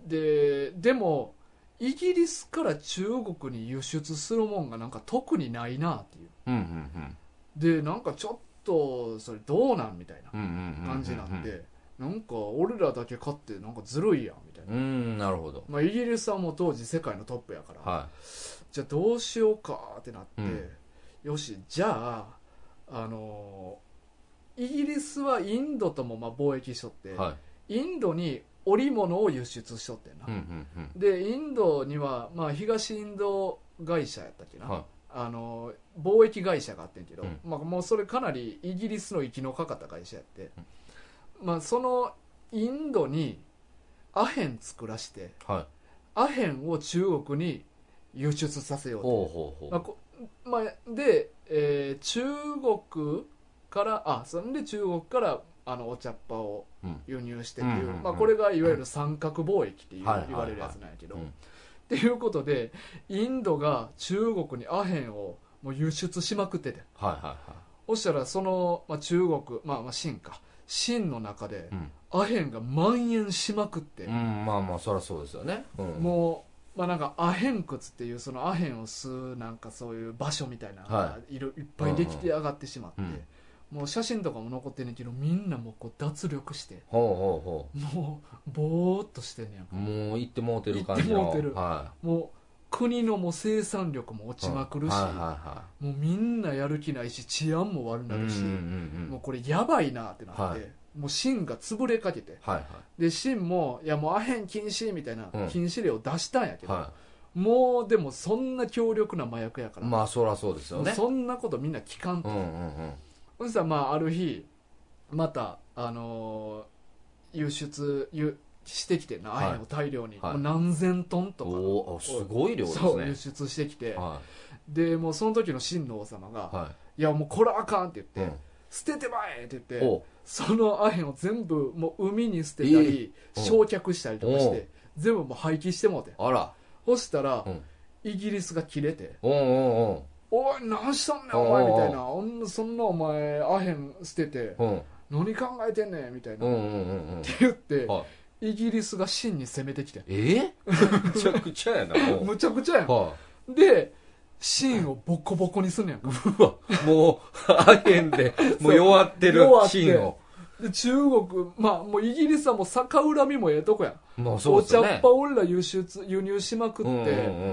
ででもイギリスから中国に輸出するもんがなんか特にないなっていう、うんうんうん、でなんかちょっとそれどうなんみたいな感じになって、うんうんうんうん、なんか俺らだけ買ってなんかずるいやんみたいな、 うんなるほど、 まあ、イギリスはもう当時世界のトップやから、はい、じゃあどうしようかってなって、うん、よしじゃああのイギリスはインドともまあ貿易しとって、はい、インドに織物を輸出しとってんな、うんうんうん、でインドにはまあ東インド会社やったっけな、はい、あの貿易会社があってんけど、うんまあ、もうそれかなりイギリスの息のかかった会社やって、うんまあ、そのインドにアヘン作らして、はい、アヘンを中国に輸出させようと、ほうほうほう、まあまあ、で、えー、中国からあそれで中国からあのお茶っ葉を輸入してっていう、うんまあ、これがいわゆる三角貿易っていう、うん、言われるやつなんやけど、はいはいはい、っていうことでインドが中国にアヘンをもう輸出しまくってて、はいはいはい、そしたらその、まあ、中国まあまあ清か清の中で、うん、アヘンが蔓延しまくって、 うん、まあまあそりゃそうですよね、 うん、もうまあなんかアヘン窟っていうそのアヘンを吸うなんかそういう場所みたいなのがいろ、はい、いっぱいできて上がってしまって、うんうんもう写真とかも残ってんねんけどみんなもうこう脱力してほうほうほうもうぼーっとしてんねやんかもう行ってもうてる感じの行ってもうてる、 はい、もう国のもう生産力も落ちまくるし、はいはいはい、もうみんなやる気ないし治安も悪なるし、うんうんうん、もうこれやばいなってなって、はい、もう清が潰れかけて、はいはい、で清もいやもうアヘン禁止みたいな禁止令を出したんやけど、うんはいもうでもそんな強力な麻薬やからまあそりゃそうですよねそんなことみんな聞かんと、うんうんうんそしたらまあある日またあのー、輸出輸してきてな、はい、アヘンを大量に、はい、もう何千トンとかおすごい量ですねそう輸出してきて、はい、でもうその時の清の王様が、はい、いやもうこれあかんって言って、うん、捨ててまえって言ってそのアヘンを全部もう海に捨てたり、えー、焼却したりとかして全部もう廃棄してもうてあらそしたら、うん、イギリスが切れておうおうおうおい何したんねんお前みたいなそんなお前アヘン捨てて何考えてんねんみたいなって言ってイギリスが清に攻めてきてえむちゃくちゃやなむちゃくちゃやんで清をボコボコにすんねやんかうわもうアヘンでもう弱ってる清をで中国まあもうイギリスはもう逆恨みもええとこやん、 まあそうですね、 お茶っ葉俺ら輸出輸入しまくって、うんうんうん、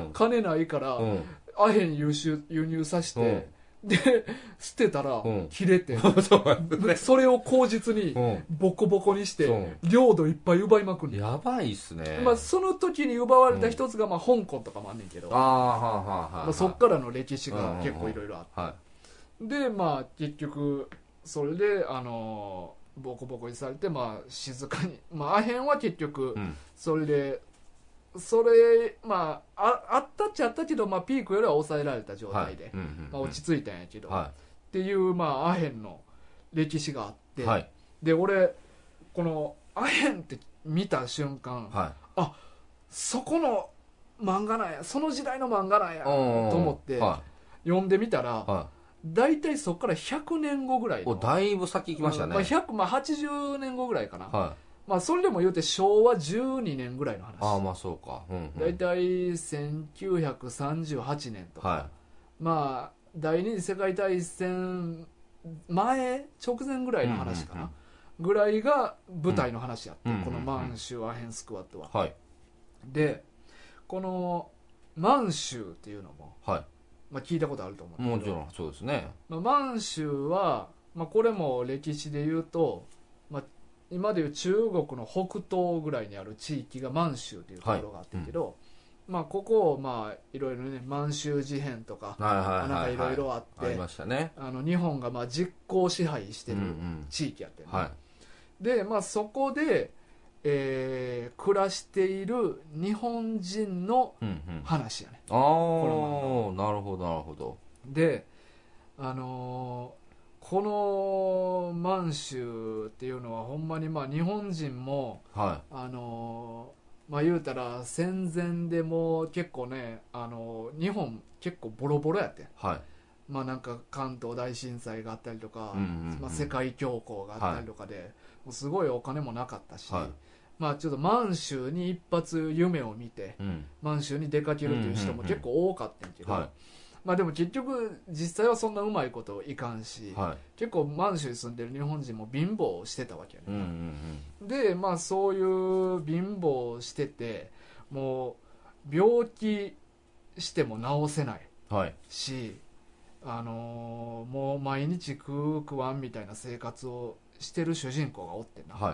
金ないから、うんアヘン輸出輸入させて、うん、で捨てたら、うん、切れてそ, ね、それを口実にボコボコにして、うん、領土いっぱい奪いまくるやばいっすね、 まあ、その時に奪われた一つが、まあ、香港とかもあんねんけど、うんあはあはあまあ、そっからの歴史が結構いろいろあって、うんうんはい、でまあ結局それであのー、ボコボコにされて、まあ、静かに、まあ、アヘンは結局それでそれまあ あ, あったっちゃあったけど、まあ、ピークよりは抑えられた状態で、はいうんうんうんまあ、落ち着いたんやけど、はい、っていう、まあ、アヘンの歴史があって、はい、で俺このアヘンって見た瞬間、はい、あそこの漫画なんやその時代の漫画なんやと思って、はい、読んでみたら、はい、大体そこからひゃくねんごぐらいのだいぶ先行きましたね、 うんまあひゃくまあ、はちじゅうねんごぐらいかな、はいまあ、それでも言うて昭和じゅうにねんぐらいの話ああまあそうか、うんうん、 だいたいせんきゅうひゃくさんじゅうはちねんとか、はい、まあ第二次世界大戦前直前ぐらいの話かな、うんうんうん、ぐらいが舞台の話やって、うん、この満州アヘンスクワットは、はい、でこの満州っていうのも、はいまあ、聞いたことあると思うんだけどもちろんそうですね、 まあ、満州は、まあ、これも歴史で言うと、まあ今でいう中国の北東ぐらいにある地域が満州というところがあってるけど、はいうんまあ、ここをまあいろいろね満州事変とかなんかいろいろあってありましたね、 あの日本がまあ実効支配してる地域やってる、ねうんうんはで、まあ、そこで、えー、暮らしている日本人の話やね、 うんうん、ああなるほどなるほど。 であのー、この満州っていうのはほんまにまあ日本人も、 はい、 あのー、まあ言うたら戦前でも結構ね、あのー、日本結構ボロボロやって、 はい、 まあなんか関東大震災があったりとか、 うんうんうん、 まあ、世界恐慌があったりとかで、はい、もうすごいお金もなかったし、 はい、 まあちょっと満州に一発夢を見て、うん、満州に出かけるという人も結構多かったんやけど、うんうんうん、まあでも結局実際はそんなうまいこといかんし、はい、結構満州に住んでる日本人も貧乏してたわけやね、うんうんうん、でまあそういう貧乏しててもう病気しても治せないし、はい、あのー、もう毎日食う食わんみたいな生活をしてる主人公がおってな、はい、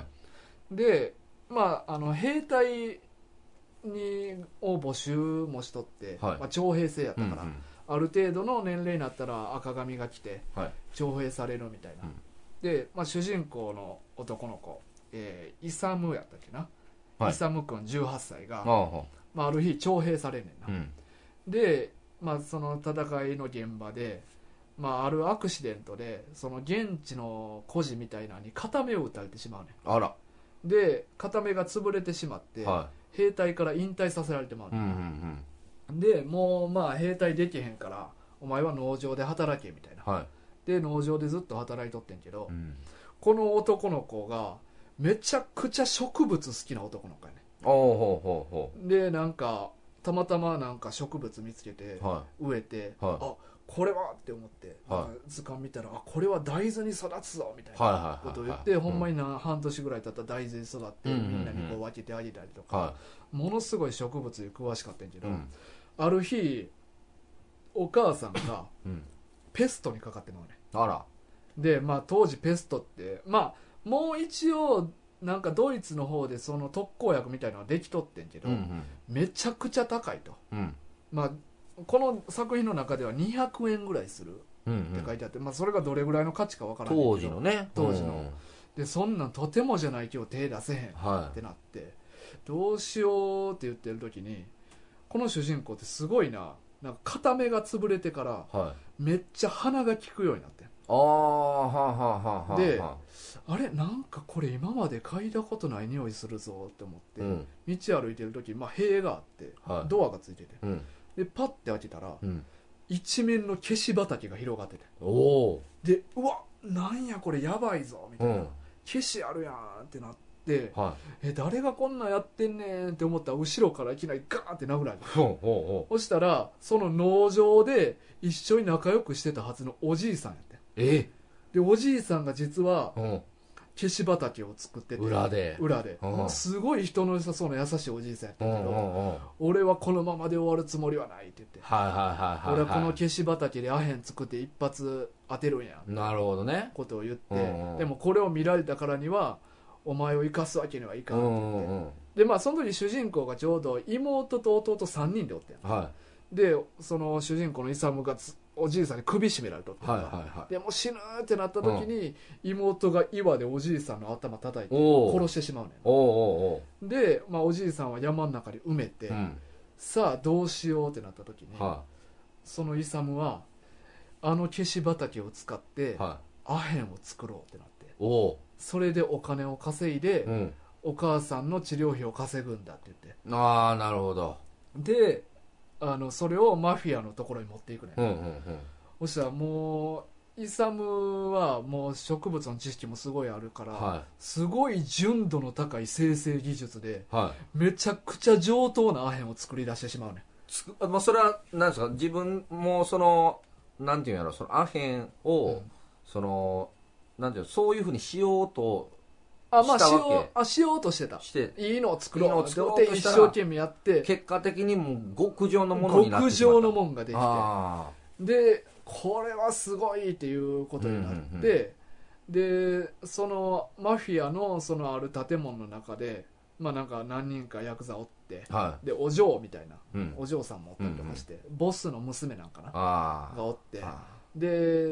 でまああの兵隊にを募集もしとって、はい、まあ、徴兵制やったから、うんうん、ある程度の年齢になったら赤紙が来て、はい、徴兵されるみたいな、うん、で、まあ、主人公の男の子、えー、イサムやったっけな、はい、イサム君じゅうはっさいが、あ, まあ、ある日徴兵されんねんな、うん、で、まあ、その戦いの現場で、まあ、あるアクシデントでその現地の孤児みたいなのに片目を打たれてしまうねん。 あら。 で片目が潰れてしまって、はい、兵隊から引退させられてまうねん、うんうんうん、でもうまあ兵隊できへんからお前は農場で働けみたいな、はい、で農場でずっと働いとってんけど、うん、この男の子がめちゃくちゃ植物好きな男の子やね。 おほうほうほうでなんかたまたまなんか植物見つけて、はい、植えて、はい、あこれはって思って、はい、図鑑見たらあこれは大豆に育つぞみたいなことを言って、ほんまにな、うん、半年ぐらい経ったら大豆に育って、うんうんうん、みんなにこう分けてあげたりとか、はい、ものすごい植物に詳しかったんやけど、うん、ある日お母さんがペストにかかってまうね、 うん、あらで、まあ、当時ペストってまあもう一応なんかドイツの方でその特効薬みたいなのはできとってんけど、うんうん、めちゃくちゃ高いと、うん、まあこの作品の中ではにひゃくえんぐらいするって書いてあって、うんうん、まあ、それがどれぐらいの価値かわからないけど当時のね当時の、うん、でそんなんとてもじゃない今日手出せへんってなって、はい、どうしようって言ってる時にこの主人公ってすごいな、なんか片目が潰れてから、はい、めっちゃ鼻が利くようになってん。 ああはあはあはあであれなんかこれ今まで嗅いだことない匂いするぞって思って、うん、道歩いてる時、まあ、塀があって、はい、ドアがついてて、うんでパッて開けたら、うん、一面の消し畑が広がってて、おでうわなんやこれやばいぞみたいな、うん、消しあるやんってなって、はい、え誰がこんなんやってんねんって思ったら後ろからいきなりガーンって殴られた、うん、そしたらその農場で一緒に仲良くしてたはずのおじいさんやって、 えでおじいさんが実は、うん消し畑を作ってて裏で裏で、うん、すごい人の良さそうな優しいおじいさんやったけど、うんうんうん、俺はこのままで終わるつもりはないって言って、はいはいはいはい、俺はこの消し畑でアヘン作って一発当てるんやなるほどねことを言って、うんうん、でもこれを見られたからにはお前を生かすわけにはいかんって言って、うんうんうん、でまあその時主人公がちょうど妹と弟さんにんでおってん、はい、でその主人公のイサムがつおじいさんに首絞められとって、はいはいはい、でもう死ぬってなった時に、うん、妹が岩でおじいさんの頭叩いて殺してしまうねん。おうおうおうで、まあ、おじいさんは山の中に埋めて、うん、さあどうしようってなった時に、はい、そのイサムはあの消し畑を使って、はい、アヘンを作ろうってなって、おそれでお金を稼いで、うん、お母さんの治療費を稼ぐんだって言って、 ああなるほど。 であのそれをマフィアのところに持っていくね、うんうんうん、そしたらもうイサムはもう植物の知識もすごいあるから、はい、すごい純度の高い生成技術で、はい、めちゃくちゃ上等なアヘンを作り出してしまうね。 まあ、それは何ですか、自分もそのなんていうんやろ、そのアヘンを、うん、そのなんていうの、そういうふうにしようとあまあ、しようあしようとしてたしていいのを作ろうって一生懸命やって結果的にもう極上のものになってしまった。 極上のものができて、でこれはすごいっていうことになって、うんうんうん、でそのマフィアのそのある建物の中で、まあ、なんか何人かヤクザおって、はい、でお嬢みたいな、うん、お嬢さんもおったりとかして、うんうん、ボスの娘なんかながおって、で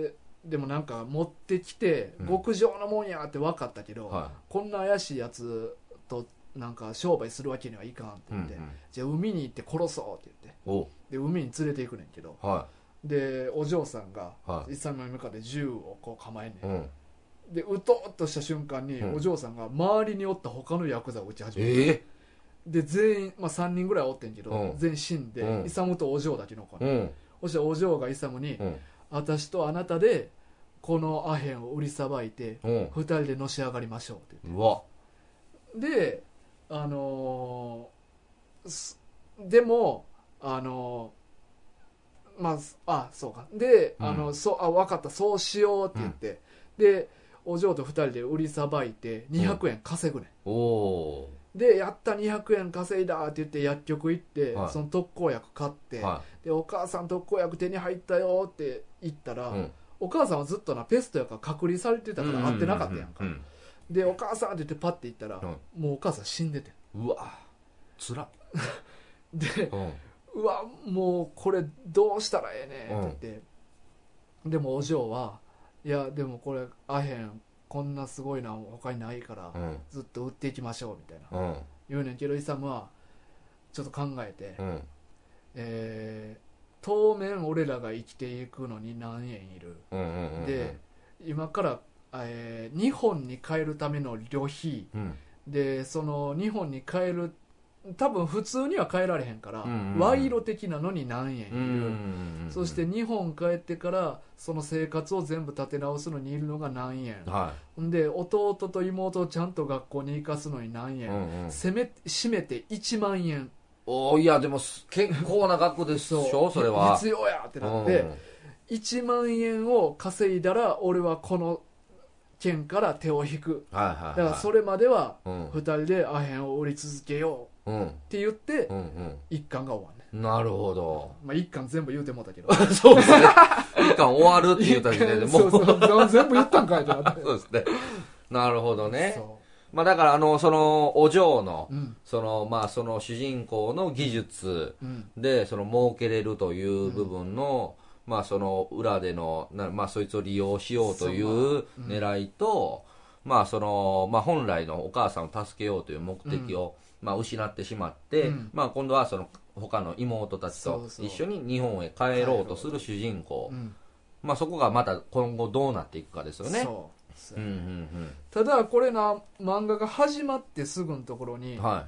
でもなんか持ってきて極上のもんやって分かったけど、 うんはい、 こんな怪しいやつとなんか商売するわけにはいかんって言って、うんうん、じゃあ海に行って殺そうって言ってで海に連れて行くねんけど、はい、でお嬢さんが勇に向かって銃をこう構えんねん、うんでうとっとした瞬間に、うん、お嬢さんが周りにおった他のヤクザを撃ち始めて、えー、で全員、まあ、さんにんぐらいおってんけど、うん、全員死んで、うん、勇とお嬢だけ残る、うん、そしたらお嬢が勇に、うん、私とあなたでこのアヘンを売りさばいて、うん、ふたりでのし上がりましょうって言って、うわであのー、でもあのー、まああそうかで、うん、あのそうあ分かったそうしようって言って、うん、でお嬢とふたりで売りさばいてにひゃくえん稼ぐね、うん、おでやったにひゃくえん稼いだって言って薬局行って、はい、その特効薬買って、はい、でお母さん特効薬手に入ったよって言ったら、うん、お母さんはずっとなペストやから隔離されてたから会ってなかったやんか、うんうんうんうん、でお母さんって言ってパッて行ったら、うん、もうお母さん死んでてうわつらで、うん、うわもうこれどうしたらええねんって言って、うん、でもお嬢はいやでもこれアヘンこんなすごいのは他にないから、うん、ずっと売っていきましょうみたいな、うん、言うねんけどイサムはちょっと考えて、うんえー、当面俺らが生きていくのに何円いる、うんうんうんうん、で今から、えー、日本に帰るための旅費、うん、でその日本に帰る多分普通には帰られへんから、うんうんうん、賄賂的なのに何円いる、うんうんうん、そして日本帰ってからその生活を全部立て直すのにいるのが何円、はい、で弟と妹をちゃんと学校に行かすのに何円、うんうん、せめ締めていちまんえんおいやでも結構な額でしょそれは必要やってなって、うん、いちまんえんを稼いだら俺はこの県から手を引く、はいはいはい、だからそれまではふたりでアヘンを売り続けよう、うん、って言って、うんうん、一巻が終わんね。 なるほど。 まあ一巻全部言うてもうたけど。 そうですね。一巻終わるって言った時点でもうそうそう全部言ったんかいってなって。 そうですね。なるほどね。そうまあだからあのそのお嬢の、うん、そのまあその主人公の技術でその儲けれるという部分の、うん、まあその裏でのなまあそいつを利用しようという狙いと、うん、まあそのまあ本来のお母さんを助けようという目的を、うんまあ、失ってしまって、うんまあ、今度はその他の妹たちと一緒に日本へ帰ろうとする主人公、うんまあ、そこがまた今後どうなっていくかですよね。そう、うんうんうん、 ただこれな漫画が始まってすぐのところに、はい、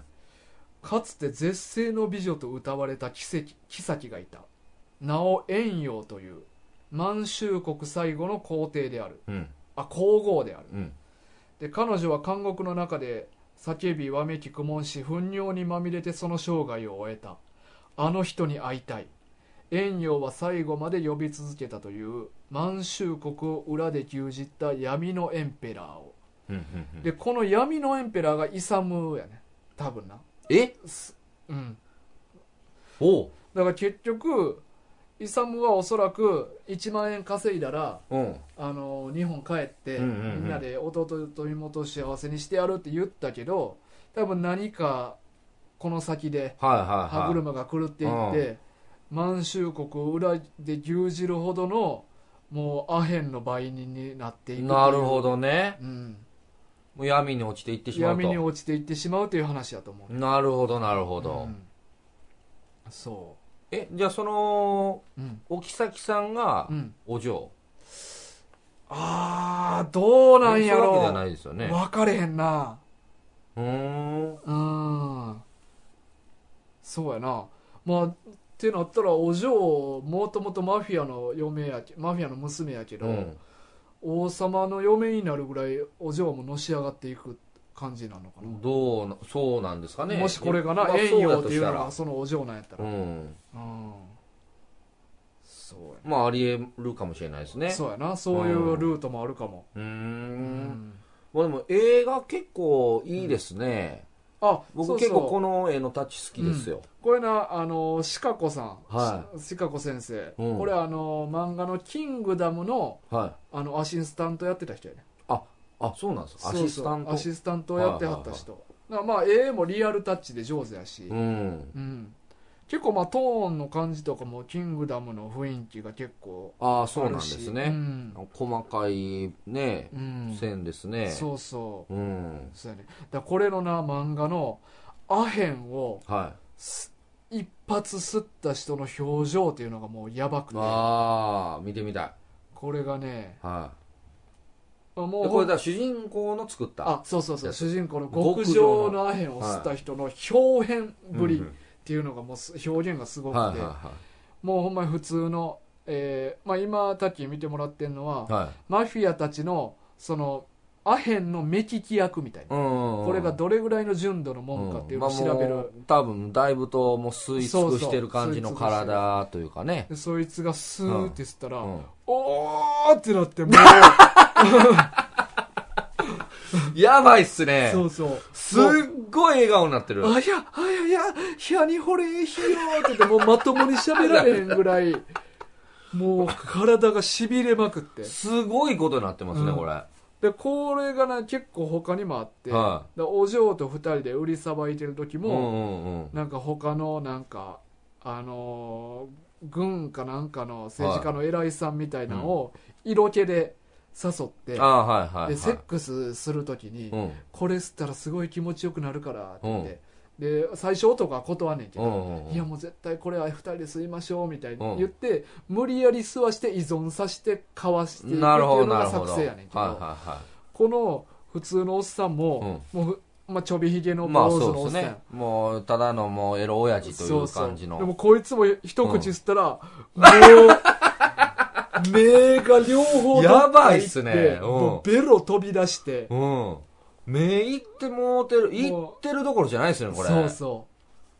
かつて絶世の美女と歌われた妃がいた。名を円陽という満州国最後の皇帝である、うん、あ皇后である、うん、で彼女は監獄の中で叫びわめき苦悶し糞尿にまみれてその生涯を終えた。あの人に会いたい。円陽は最後まで呼び続けたという満州国を裏で牛耳った闇のエンペラーを、うんうんうん、でこの闇のエンペラーがイサムやね多分なえうんおうだから結局イサムはおそらくいちまんえん稼いだら、うん、あの日本帰って、うんうんうん、みんなで弟と妹を幸せにしてやるって言ったけど多分何かこの先で歯車が狂っていって、うん、満州国を裏で牛耳るほどのもうアヘンの売人になっていく。 なるほどね、うん、もう闇に落ちていってしまうと闇に落ちていってしまうという話だと思う。 なるほどなるほど、うん、そうえじゃあその、うん、お妃さんがお嬢、 うん、ああどうなんやろう。そういうわけじゃないですよね。 分かれへんな。うーんうんそうやな。まあってなったらお嬢もともとマフィアの嫁やマフィアの娘やけど、うん、王様の嫁になるぐらいお嬢ものし上がっていく感じなのかな。 どうそうなんですかね。 もしこれがな円陽っていうのがそのお嬢なんやったら、うん、うん、 そうやまあありえるかもしれないですね。 そうやなそういうルートもあるかも。うん、 うんまあ、でも映画結構いいですね、うん、あ僕そうそう結構この絵のタッチ好きですよ、うん、 これなあのシカ子さん、はい、シカ子先生、うん、これあの漫画のキングダムの、はい、あのアシスタントやってた人やね。 ああそうなんですか。アシスタントアシスタントをやってはった人、はいはいはい、まあ絵もリアルタッチで上手やし、うんうん、 結構まあトーンの感じとかもキングダムの雰囲気が結構あるし。 ああそうなんですね、うん、細かいね、うん、線ですね。 そうそう、うん、そうやね。だこれのな漫画のアヘンを、はい、一発吸った人の表情っていうのがもうやばくて、 ああ見てみたい。 これがね、はい、 もうこれだ主人公の作った、 あそうそうそう、主人公の極上のアヘンを吸った人の表現ぶりっていうのがもう表現がすごくて、はいはいはい、もうほんまに普通の、えーまあ、今タッキー見てもらってるのは、はい、マフィアたちのそのアヘンの目利き役みたいな、うんうん、これがどれぐらいの純度のもんかっていうのを調べる、うんまあ、 多分だいぶともう吸い尽くしてる感じの体というかね。 でそいつがスーって吸ったら、うんうん、おーってなってもうやばいっすね。 そうそう。 すっごい笑顔になってる。 あ、いや、あ、いや、いや、ひやにほれひよーって言って、もうまともに喋られへんぐらい、もう体が痺れまくって。 すごいことになってますね、うん、これ。 で、これがな、結構他にもあって、はい、お嬢と二人で売りさばいてる時も、うんうんうん、なんか他の、なんか、あのー、軍かなんかの政治家の偉いさんみたいなのを、色気で、誘って、 あ、はいはいはい、 でセックスするときに、うん、これ吸ったらすごい気持ちよくなるからって言って、うん、で最初男は断んねんけど、うんうん、いやもう絶対これはふたりで吸いましょうみたいに言って、うん、無理やり吸わして依存させてかわしていくっていうのが作戦やねんけど、はいはいはい、この普通のおっさんも、うん、もうまあ、ちょびひげの坊主のおっさん、まあそうですね、 もうただのもうエロ親父という感じの。 そうそう、でもこいつも一口吸ったら、うん、もう目が両方やばいっすね、 うん、もうベロ飛び出して、 うん、目いってもうてる、いってるどころじゃないですねこれ。 そうそう、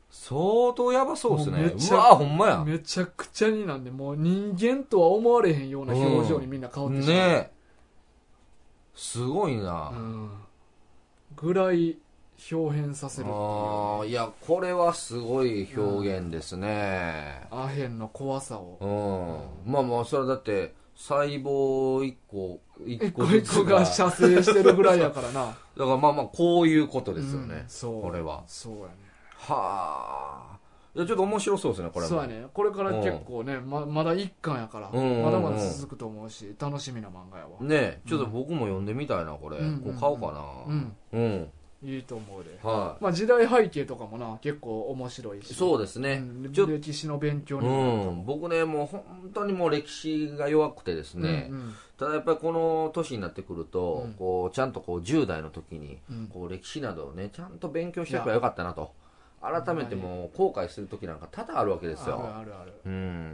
相当やばそうですね。うわほんまや、 めちゃくちゃになんで、もう人間とは思われへんような表情にみんな変わってしまう、うん、ね、 すごいな、 うん、ぐらい表現させるっていう、ね、 あいやこれはすごい表現ですね、 うん、アヘンの怖さを、 うん、まあまあそれだって細胞一個一個一個が射精してるぐらいやからなだからまあまあこういうことですよね、 うん、そうこれはそうやね。 はあ、いやちょっと面白そうですねこれも。 そうやね、これから結構ね、ま, まだ一巻やから、うんうんうん、まだまだ続くと思うし楽しみな漫画やわね。ちょっと僕も読んでみたいなこれ、うん、こう買おうかな、うん、うん、 いいと思うで、はい、まあ、時代背景とかもな結構面白いし。 そうですね、 うん、歴史の勉強にもなるかも、うん、 僕ねもう本当にもう歴史が弱くてですね、うんうん、ただやっぱりこの年になってくると、うん、こうちゃんとこうじゅう代の時に、うん、こう歴史などをねちゃんと勉強しておけばよかったなと改めてもう後悔する時なんか多々あるわけですよ。 あるあるある、うん、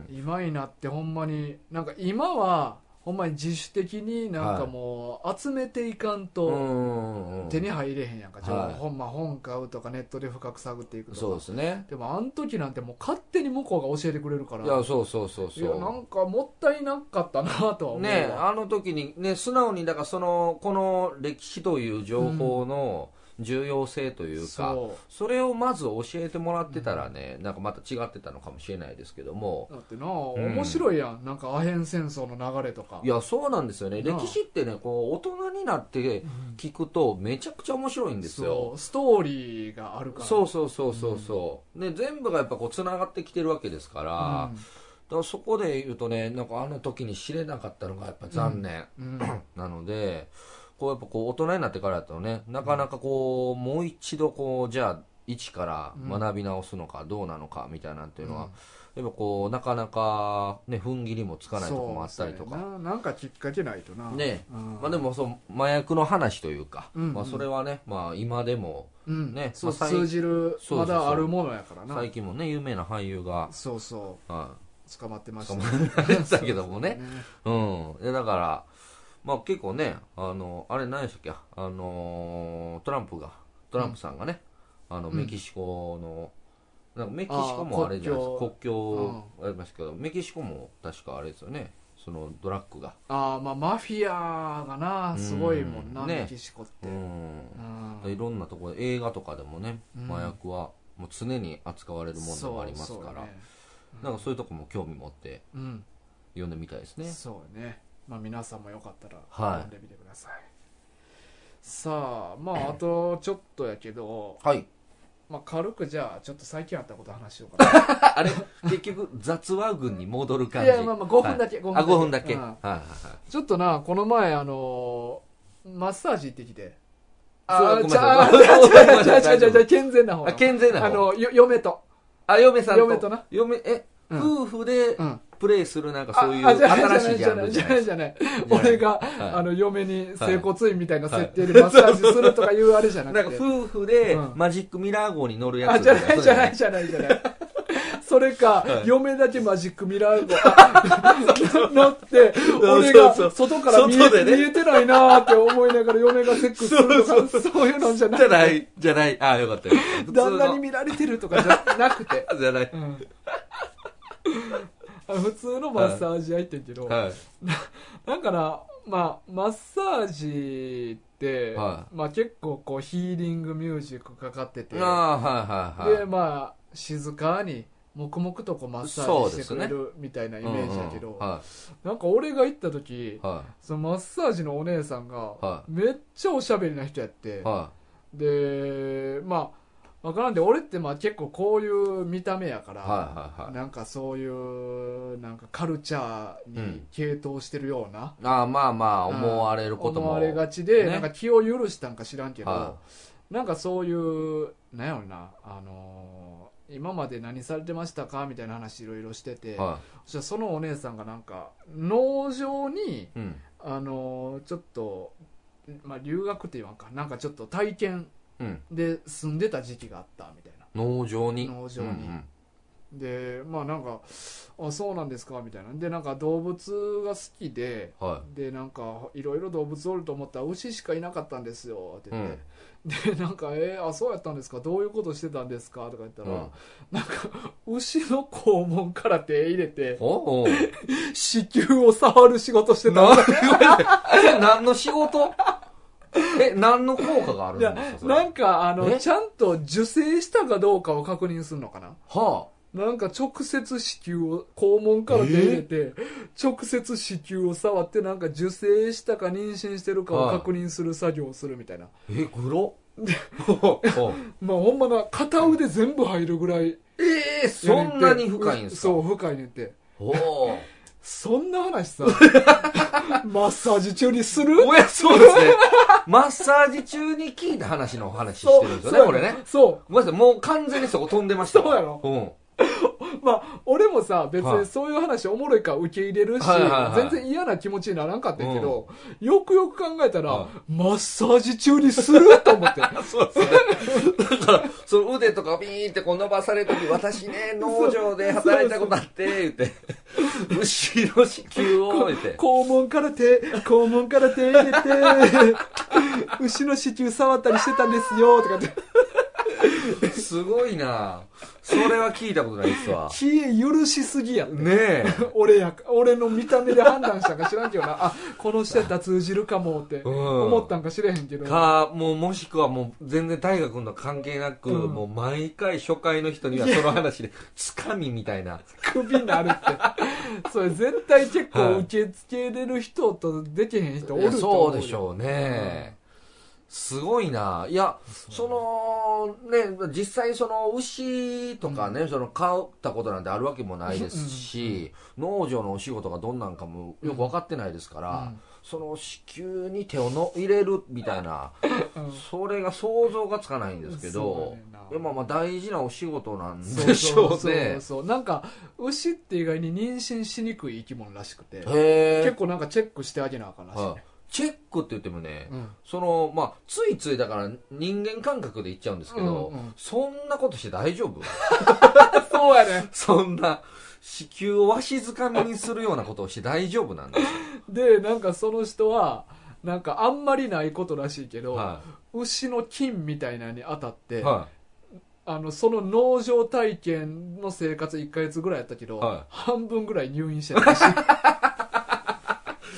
今になってほんまになんか今はほんまに自主的になんかもう集めていかんと手に入れへんやんか、はい、本, まあ本買うとかネットで深く探っていくとか。 そうですね。 でもあの時なんてもう勝手に向こうが教えてくれるから。 いやそうそうそうそう、いやなんかもったいなかったなとは思うね。あの時にね素直にだからそのこの歴史という情報の、うん重要性というか そ, それをまず教えてもらってたらね、うん、なんかまた違ってたのかもしれないですけども。 だってな、うん、面白いやんなんかアヘン戦争の流れとか。 いやそうなんですよね。歴史ってねこう大人になって聞くとめちゃくちゃ面白いんですよ、 そうストーリーがあるから。 そうそうそうそうそう、うん、で全部がやっぱこうつながってきてるわけですから、うん、だからそこで言うとねなんかあの時に知れなかったのがやっぱ残念、うんうん、なのでこうやっぱこう大人になってからだとねなかなかこうもう一度こうじゃあ一から学び直すのかどうなのかみたいなっていうのは、うん、やっぱこうなかなかね踏ん切りもつかないところもあったりとかな, なんかきっかけないとなね、うん、まあでもそう麻薬の話というか、うんうん、まあ、それはね、まあ、今でもね、うんまあ、そう通じるまだあるものやからな。 最近もね有名な俳優がそうそう、はい、捕まってましたね。捕まってたけどもねうんでだからまあ結構ね、あの、あれ何でしたっけ、あの、トランプが、トランプさんがね、うん、あの、メキシコの、なんかメキシコもあれじゃないですか、国境ありますけど、メキシコも確かあれですよね、そのドラッグが。 ああ、まあマフィアがな、すごいもんな、うん、ね、メキシコって。うん。うん、いろんなところで、映画とかでもね、麻薬はもう常に扱われるものでもありますから、ね、なんかそういうとこも興味持って読んでみたいですね。 そうね。まあ、皆さんもよかったら読んでみてください、はい、さあまああとちょっとやけど、 はい、 まあ、軽くじゃあちょっと最近あったこと話しようかなあれ結局雑話群に戻る感じ。 いやまあまあごふんだけ、はい、 ごふんだけあごふんだけ、 うん、 はいはいはい、 ちょっとなこの前あのー、マッサージ行ってきて、 ああごめんなさい、じゃあ健全な方、 あ健全な方、 あのよ嫁とあ嫁さんと嫁とな嫁え、うん、夫婦で、うん、プレイするなんかそういう新しいジャンルじゃないじゃない俺が、はい、あの嫁に整骨院みたいな設定でマッサージするとかいうあれじゃなくて、 なんか夫婦でマジックミラー号に乗るやつ、 あじゃないじゃないじゃないじゃないそれか、はい、嫁だけマジックミラー号乗って俺が外から見 え,、ね、見えてないなーって思いながら嫁がセックスするとかそうそうそういうのじゃないじゃないじゃないああよかったよ旦那に見られてるとかじゃなくてじゃない、 うん普通のマッサージ屋行ってんけど、はい、な, なんかな、まあ、マッサージって、はい、まあ、結構こうヒーリングミュージックかかってて、 あ、はいはいはい、 でまあ静かに黙々とこうマッサージしてくれるみたいなイメージだけど、ね、うんうん、はい、なんか俺が行った時、はい、そのマッサージのお姉さんがめっちゃおしゃべりな人やって、はい、でまあわからんで俺ってまあ結構こういう見た目やから、はいはいはい、なんかそういうなんかカルチャーに傾倒してるような、 うん、あまあまあ思われることも思われがちで、ね、なんか気を許したんか知らんけど、はい、なんかそういうなんやろな、あのー、今まで何されてましたかみたいな話いろいろしてて、はい、そしたらそのお姉さんがなんか農場に、うん、あのー、ちょっと、まあ、留学って言わんかなんかちょっと体験で住んでた時期があったみたいな、 農場に農場に、うんうん、でまあなんかあそうなんですかみたいなでなんか動物が好きで、はい、でなんかいろいろ動物おると思ったら牛しかいなかったんですよって言って、うん、でなんかえー、あそうやったんですかどういうことしてたんですかとか言ったら、うん、なんか牛の肛門から手入れておうおう子宮を触る仕事してたんだ何の仕事え、何の効果があるんですか？ なんかあのちゃんと受精したかどうかを確認するのかな。はあ。なんか直接子宮を肛門から手入れて、直接子宮を触ってなんか受精したか妊娠してるかを確認する作業をするみたいな。 え、黒？でまあほんまな片腕全部入るぐらい。 えー、そんなに深いんですか？ そう深いねって。おお。そんな話さマッサージ中にする？ おやそうですねマッサージ中に聞いた話の話してるんですよねこれね。そうごめんなさいもう完全にそこ飛んでましたそうやろ、うんまあ俺もさ別にそういう話おもろいから受け入れるし、はいはいはい、全然嫌な気持ちにならんかったけど、うん、よくよく考えたら、うん、マッサージ中にすると思ってそうですねだからその腕とかビーンってこう伸ばされるとき私ね農場で働いたことあって言って後ろ子宮を置いて肛門から手肛門から手入れて牛の子宮触ったりしてたんですよとかってすごいなそれは聞いたことないっすわ気許しすぎやんねえ俺や俺の見た目で判断したんか知らんけどなあこの人やったら通じるかもって思ったんか知れへんけど、 うん、かもうもしくはもう全然大河君の関係なく、うん、もう毎回初回の人にはその話でつかみみたいな首になるってそれ絶対結構受け付けれる人とできへん人おると思う。 そうでしょうね、うんすごいな。いや、その、ね、実際その牛とかね、うん、その飼ったことなんてあるわけもないですし、うん、農場のお仕事がどんなんかもよく分かってないですから、うん、その子宮に手をの入れるみたいな、うん、それが想像がつかないんですけど、でもまあ大事なお仕事なんでしょうね。そうそうそうなんか、牛って意外に妊娠しにくい生き物らしくて、結構なんかチェックしてあげなあかんらしいね。はいチェックって言ってもね、うん、その、まあ、ついついだから人間感覚で言っちゃうんですけど、うんうん、そんなことして大丈夫そうやね。 そんな、子宮をわしづかみにするようなことをして大丈夫なんですよ。 で、なんかその人は、なんかあんまりないことらしいけど、はい、牛の菌みたいなのに当たって、はい、あの、その農場体験の生活いっかげつぐらいやったけど、はい、半分ぐらい入院してたらしい。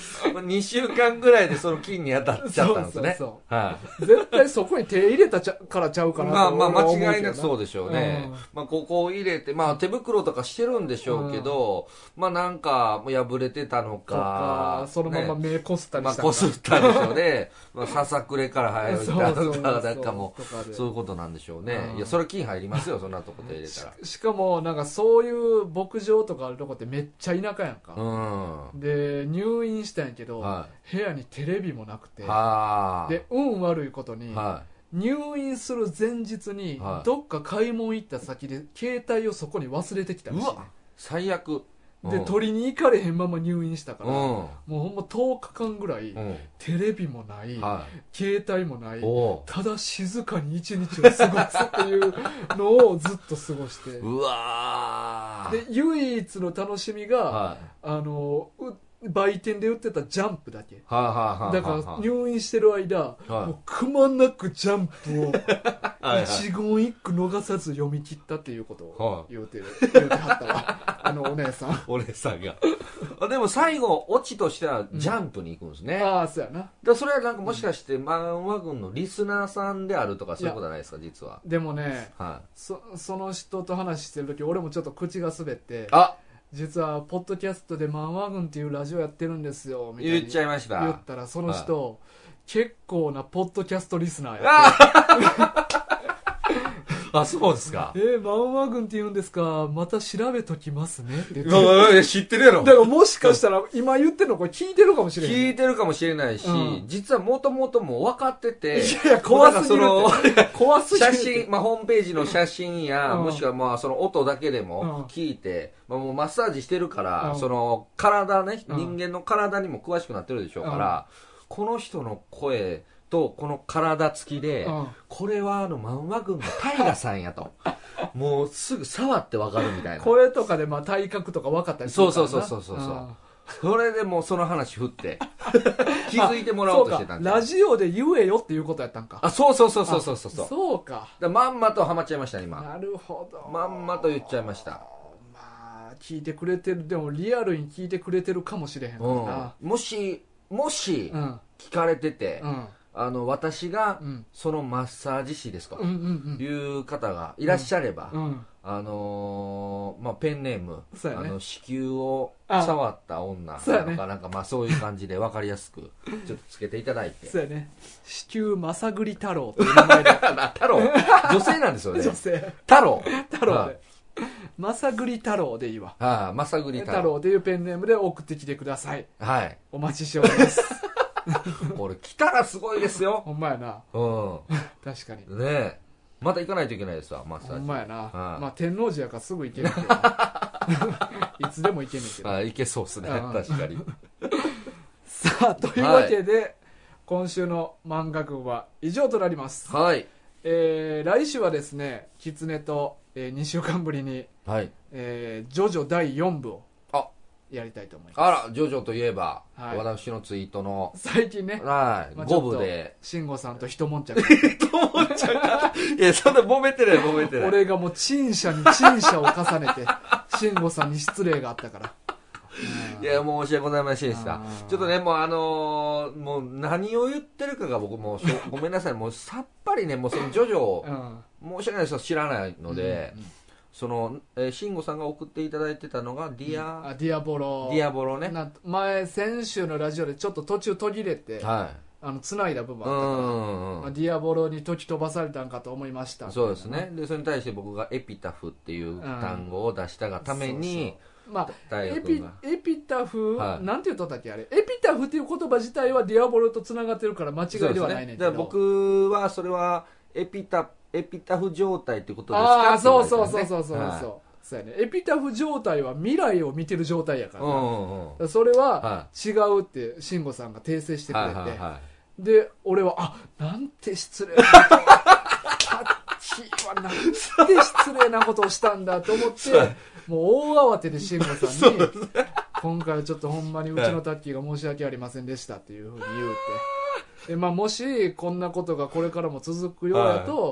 にしゅうかんぐらいでその菌に当たっちゃったんですね。 そうそうそう、 はい、 絶対そこに手入れたちゃからちゃうかなと。 まあまあ間違いなくそうでしょうね。 うん、 まあここを入れて、まあ手袋とかしてるんでしょうけど、うん、まあなんか破れてたのか、 そのまま目こすったりしたのか、 ね、まあこすったんでしょうね。まあささくれから入ったのか、なんかもう、そういうことなんでしょうね。うん、いや、それ菌入りますよ、そんなとこ手入れたら。 し, しかも、なんかそういう牧場とかあるとこってめっちゃ田舎やんか。 うん、 で、入院したんやけど、はい、部屋にテレビもなくて、で、運悪いことに、はい、入院する前日に、どっか買い物行った先で携帯をそこに忘れてきたらしいね。 うわ、最悪。 で、取りに行かれへんまま入院したから、うん、もうほんまとおかかんぐらい、うん、テレビもない、はい、携帯もない、ただ静かに一日を過ごすっていうのをずっと過ごして、 うわで、唯一の楽しみが、はい、あの、売店で売ってたジャンプだけ、 はあはあはあ、 だから入院してる間、はい、もうくまなくジャンプを一言一句逃さず読み切ったっていうことを言うてる、はい、言うてはったわあのお姉さんお姉さんがでも最後オチとしてはジャンプに行くんですね、 うん、ああそうやな。 だそれはなんかもしかして漫画軍のリスナーさんであるとかそういうことないですか実は。 でもね、はい、そ, その人と話してる時俺もちょっと口が滑って、 あ実はポッドキャストで漫画軍っていうラジオやってるんですよみたいに言っちゃいました。 言ったらその人、はい、結構なポッドキャストリスナーやってあ、そうですか。 えー、漫画軍って言うんですか、また調べときますねって言っていや知ってるやろ。 だからもしかしたら今言ってるのこれ聞いてるかもしれない。 聞いてるかもしれないし、うん、実はもともとも分かってて、 いやいや怖すぎるって怖すぎる写真、まあ、ホームページの写真や、うん、もしくはまあその音だけでも聞いて、うん、まあ、もうマッサージしてるから、うん、その体ね、うん、人間の体にも詳しくなってるでしょうから、うん、この人の声とこの体つきで、うん、これはあの漫画軍の平さんやともうすぐ触ってわかるみたいな。 声とかでまあ体格とか分かったりするからな。 そうそうそうそうそう、うん、それでもうその話振って気づいてもらおうとしてたんで、 ラジオで言えよっていうことやったんか。 あ、そうそうそうそうそうそう。 そうか。 だまんまとハマっちゃいました今。 なるほど。 まんまと言っちゃいました。まあ聞いてくれてる、でもリアルに聞いてくれてるかもしれへんからな、 うん、もしもし聞かれてて、うん、あの私がそのマッサージ師ですという方がいらっしゃれば、うんうん、あのーまあ、ペンネーム、ね、あの子宮を触った女なのか、ね、なんかまあそういう感じで分かりやすくちょっとつけていただいてそうやね、子宮まさぐり太郎という名前で太郎女性なんですよね。 女性太郎太郎でまさぐり太郎でいいわ。 ああ、まさぐり太郎太郎というペンネームで送ってきてください。 はい、 お待ちしておりますこれ来たらすごいですよ。 ほんまやな。 うん確かにねえ、また行かないといけないですわマッサージ。 ほんまやな、 はい、 まあ天王寺やからすぐ行けるけどいつでも行けんねんけど。 あ、行けそうっすね、確かにさあというわけで、はい、今週の漫画軍は以上となります。 はい、 えー、来週はですねキツネと、えー、にしゅうかんぶりに、 はい、 えー、ジョジョだいよんぶをやりたいと思います。 あら、ジョジョといえば、はい、私のツイートの最近ね、 はい、まあ、ごぶで慎吾さんと一悶着一悶着いや、そんな揉めてない揉めてない。 俺がもう陳謝に陳謝を重ねて慎吾さんに失礼があったからいや、申し訳ございませんでした。ちょっとね、もうあのー、もう何を言ってるかが僕もうごめんなさい、もうさっぱりね、もうそのジョジョを、うん、申し訳ないですよ、知らないので、うんうん、その、えー、慎吾さんが送っていただいてたのがディア、 うん、あディアボロディアボロね。 前先週のラジオでちょっと途中途切れて、はい、あの繋いだ部分あったから、うんうん、まあ、ディアボロに時飛ばされたんかと思いました。 そうですね。でそれに対して僕がエピタフっていう単語を出したがために、うん、そうそう、 まあ、エピ、エピタフ、はい、なんて言っとったっけあれ、エピタフっていう言葉自体はディアボロとつながってるから間違いではないねんけど、 ね、僕はそれはエピタエピタフ状態ってことですか。ああ、そうそうそうそうそう、はい、そうやね。エピタフ状態は未来を見てる状態やから、うんうんうん、それは違うって慎吾さんが訂正してくれて、はいはいはい、で俺はあ、なんて失礼なことタッチはなんて失礼なことをしたんだと思ってもう大慌てで慎吾さんに、ね、今回はちょっとほんまにうちのタッキーが申し訳ありませんでしたっていうふうに言うて、で、まあ、もしこんなことがこれからも続くようやと、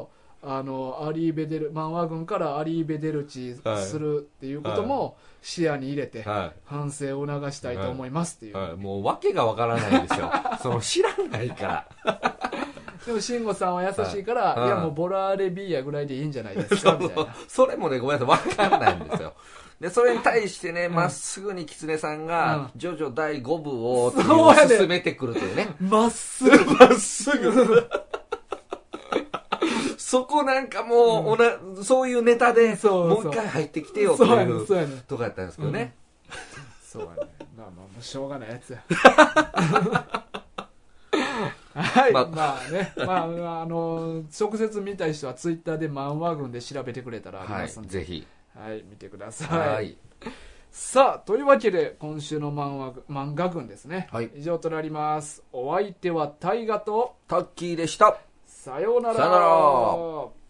あのアリーベデル漫画軍からアリーベデルチするっていうことも視野に入れて反省を促したいと思いますっていう、 はいはい、もう訳がわからないんですよその知らないからでも慎吾さんは優しいから、はい、いやもうボラーレビーヤぐらいでいいんじゃないですかみたいなそれもねごめんなさいわかんないんですよでそれに対してねま、うん、っすぐに狐さんが、うん、ジョジョだいごぶを進めてくるというねまっすぐまっすぐそこなんかもう、うん、おなそういうネタでそうそうもう一回入ってきてよっていうとかやったんですけどね、 うん、そうやねまあまあもうしょうがないやつやはい、まあ、まあね、まあ、あの直接見たい人はツイッターで漫画軍で調べてくれたらありますんで、 はい、ぜひはい見てください、はい、さあというわけで今週の漫画漫画軍ですね、はい、以上となります。お相手はタイガとタッキーでした。 さようなら。 さようなら。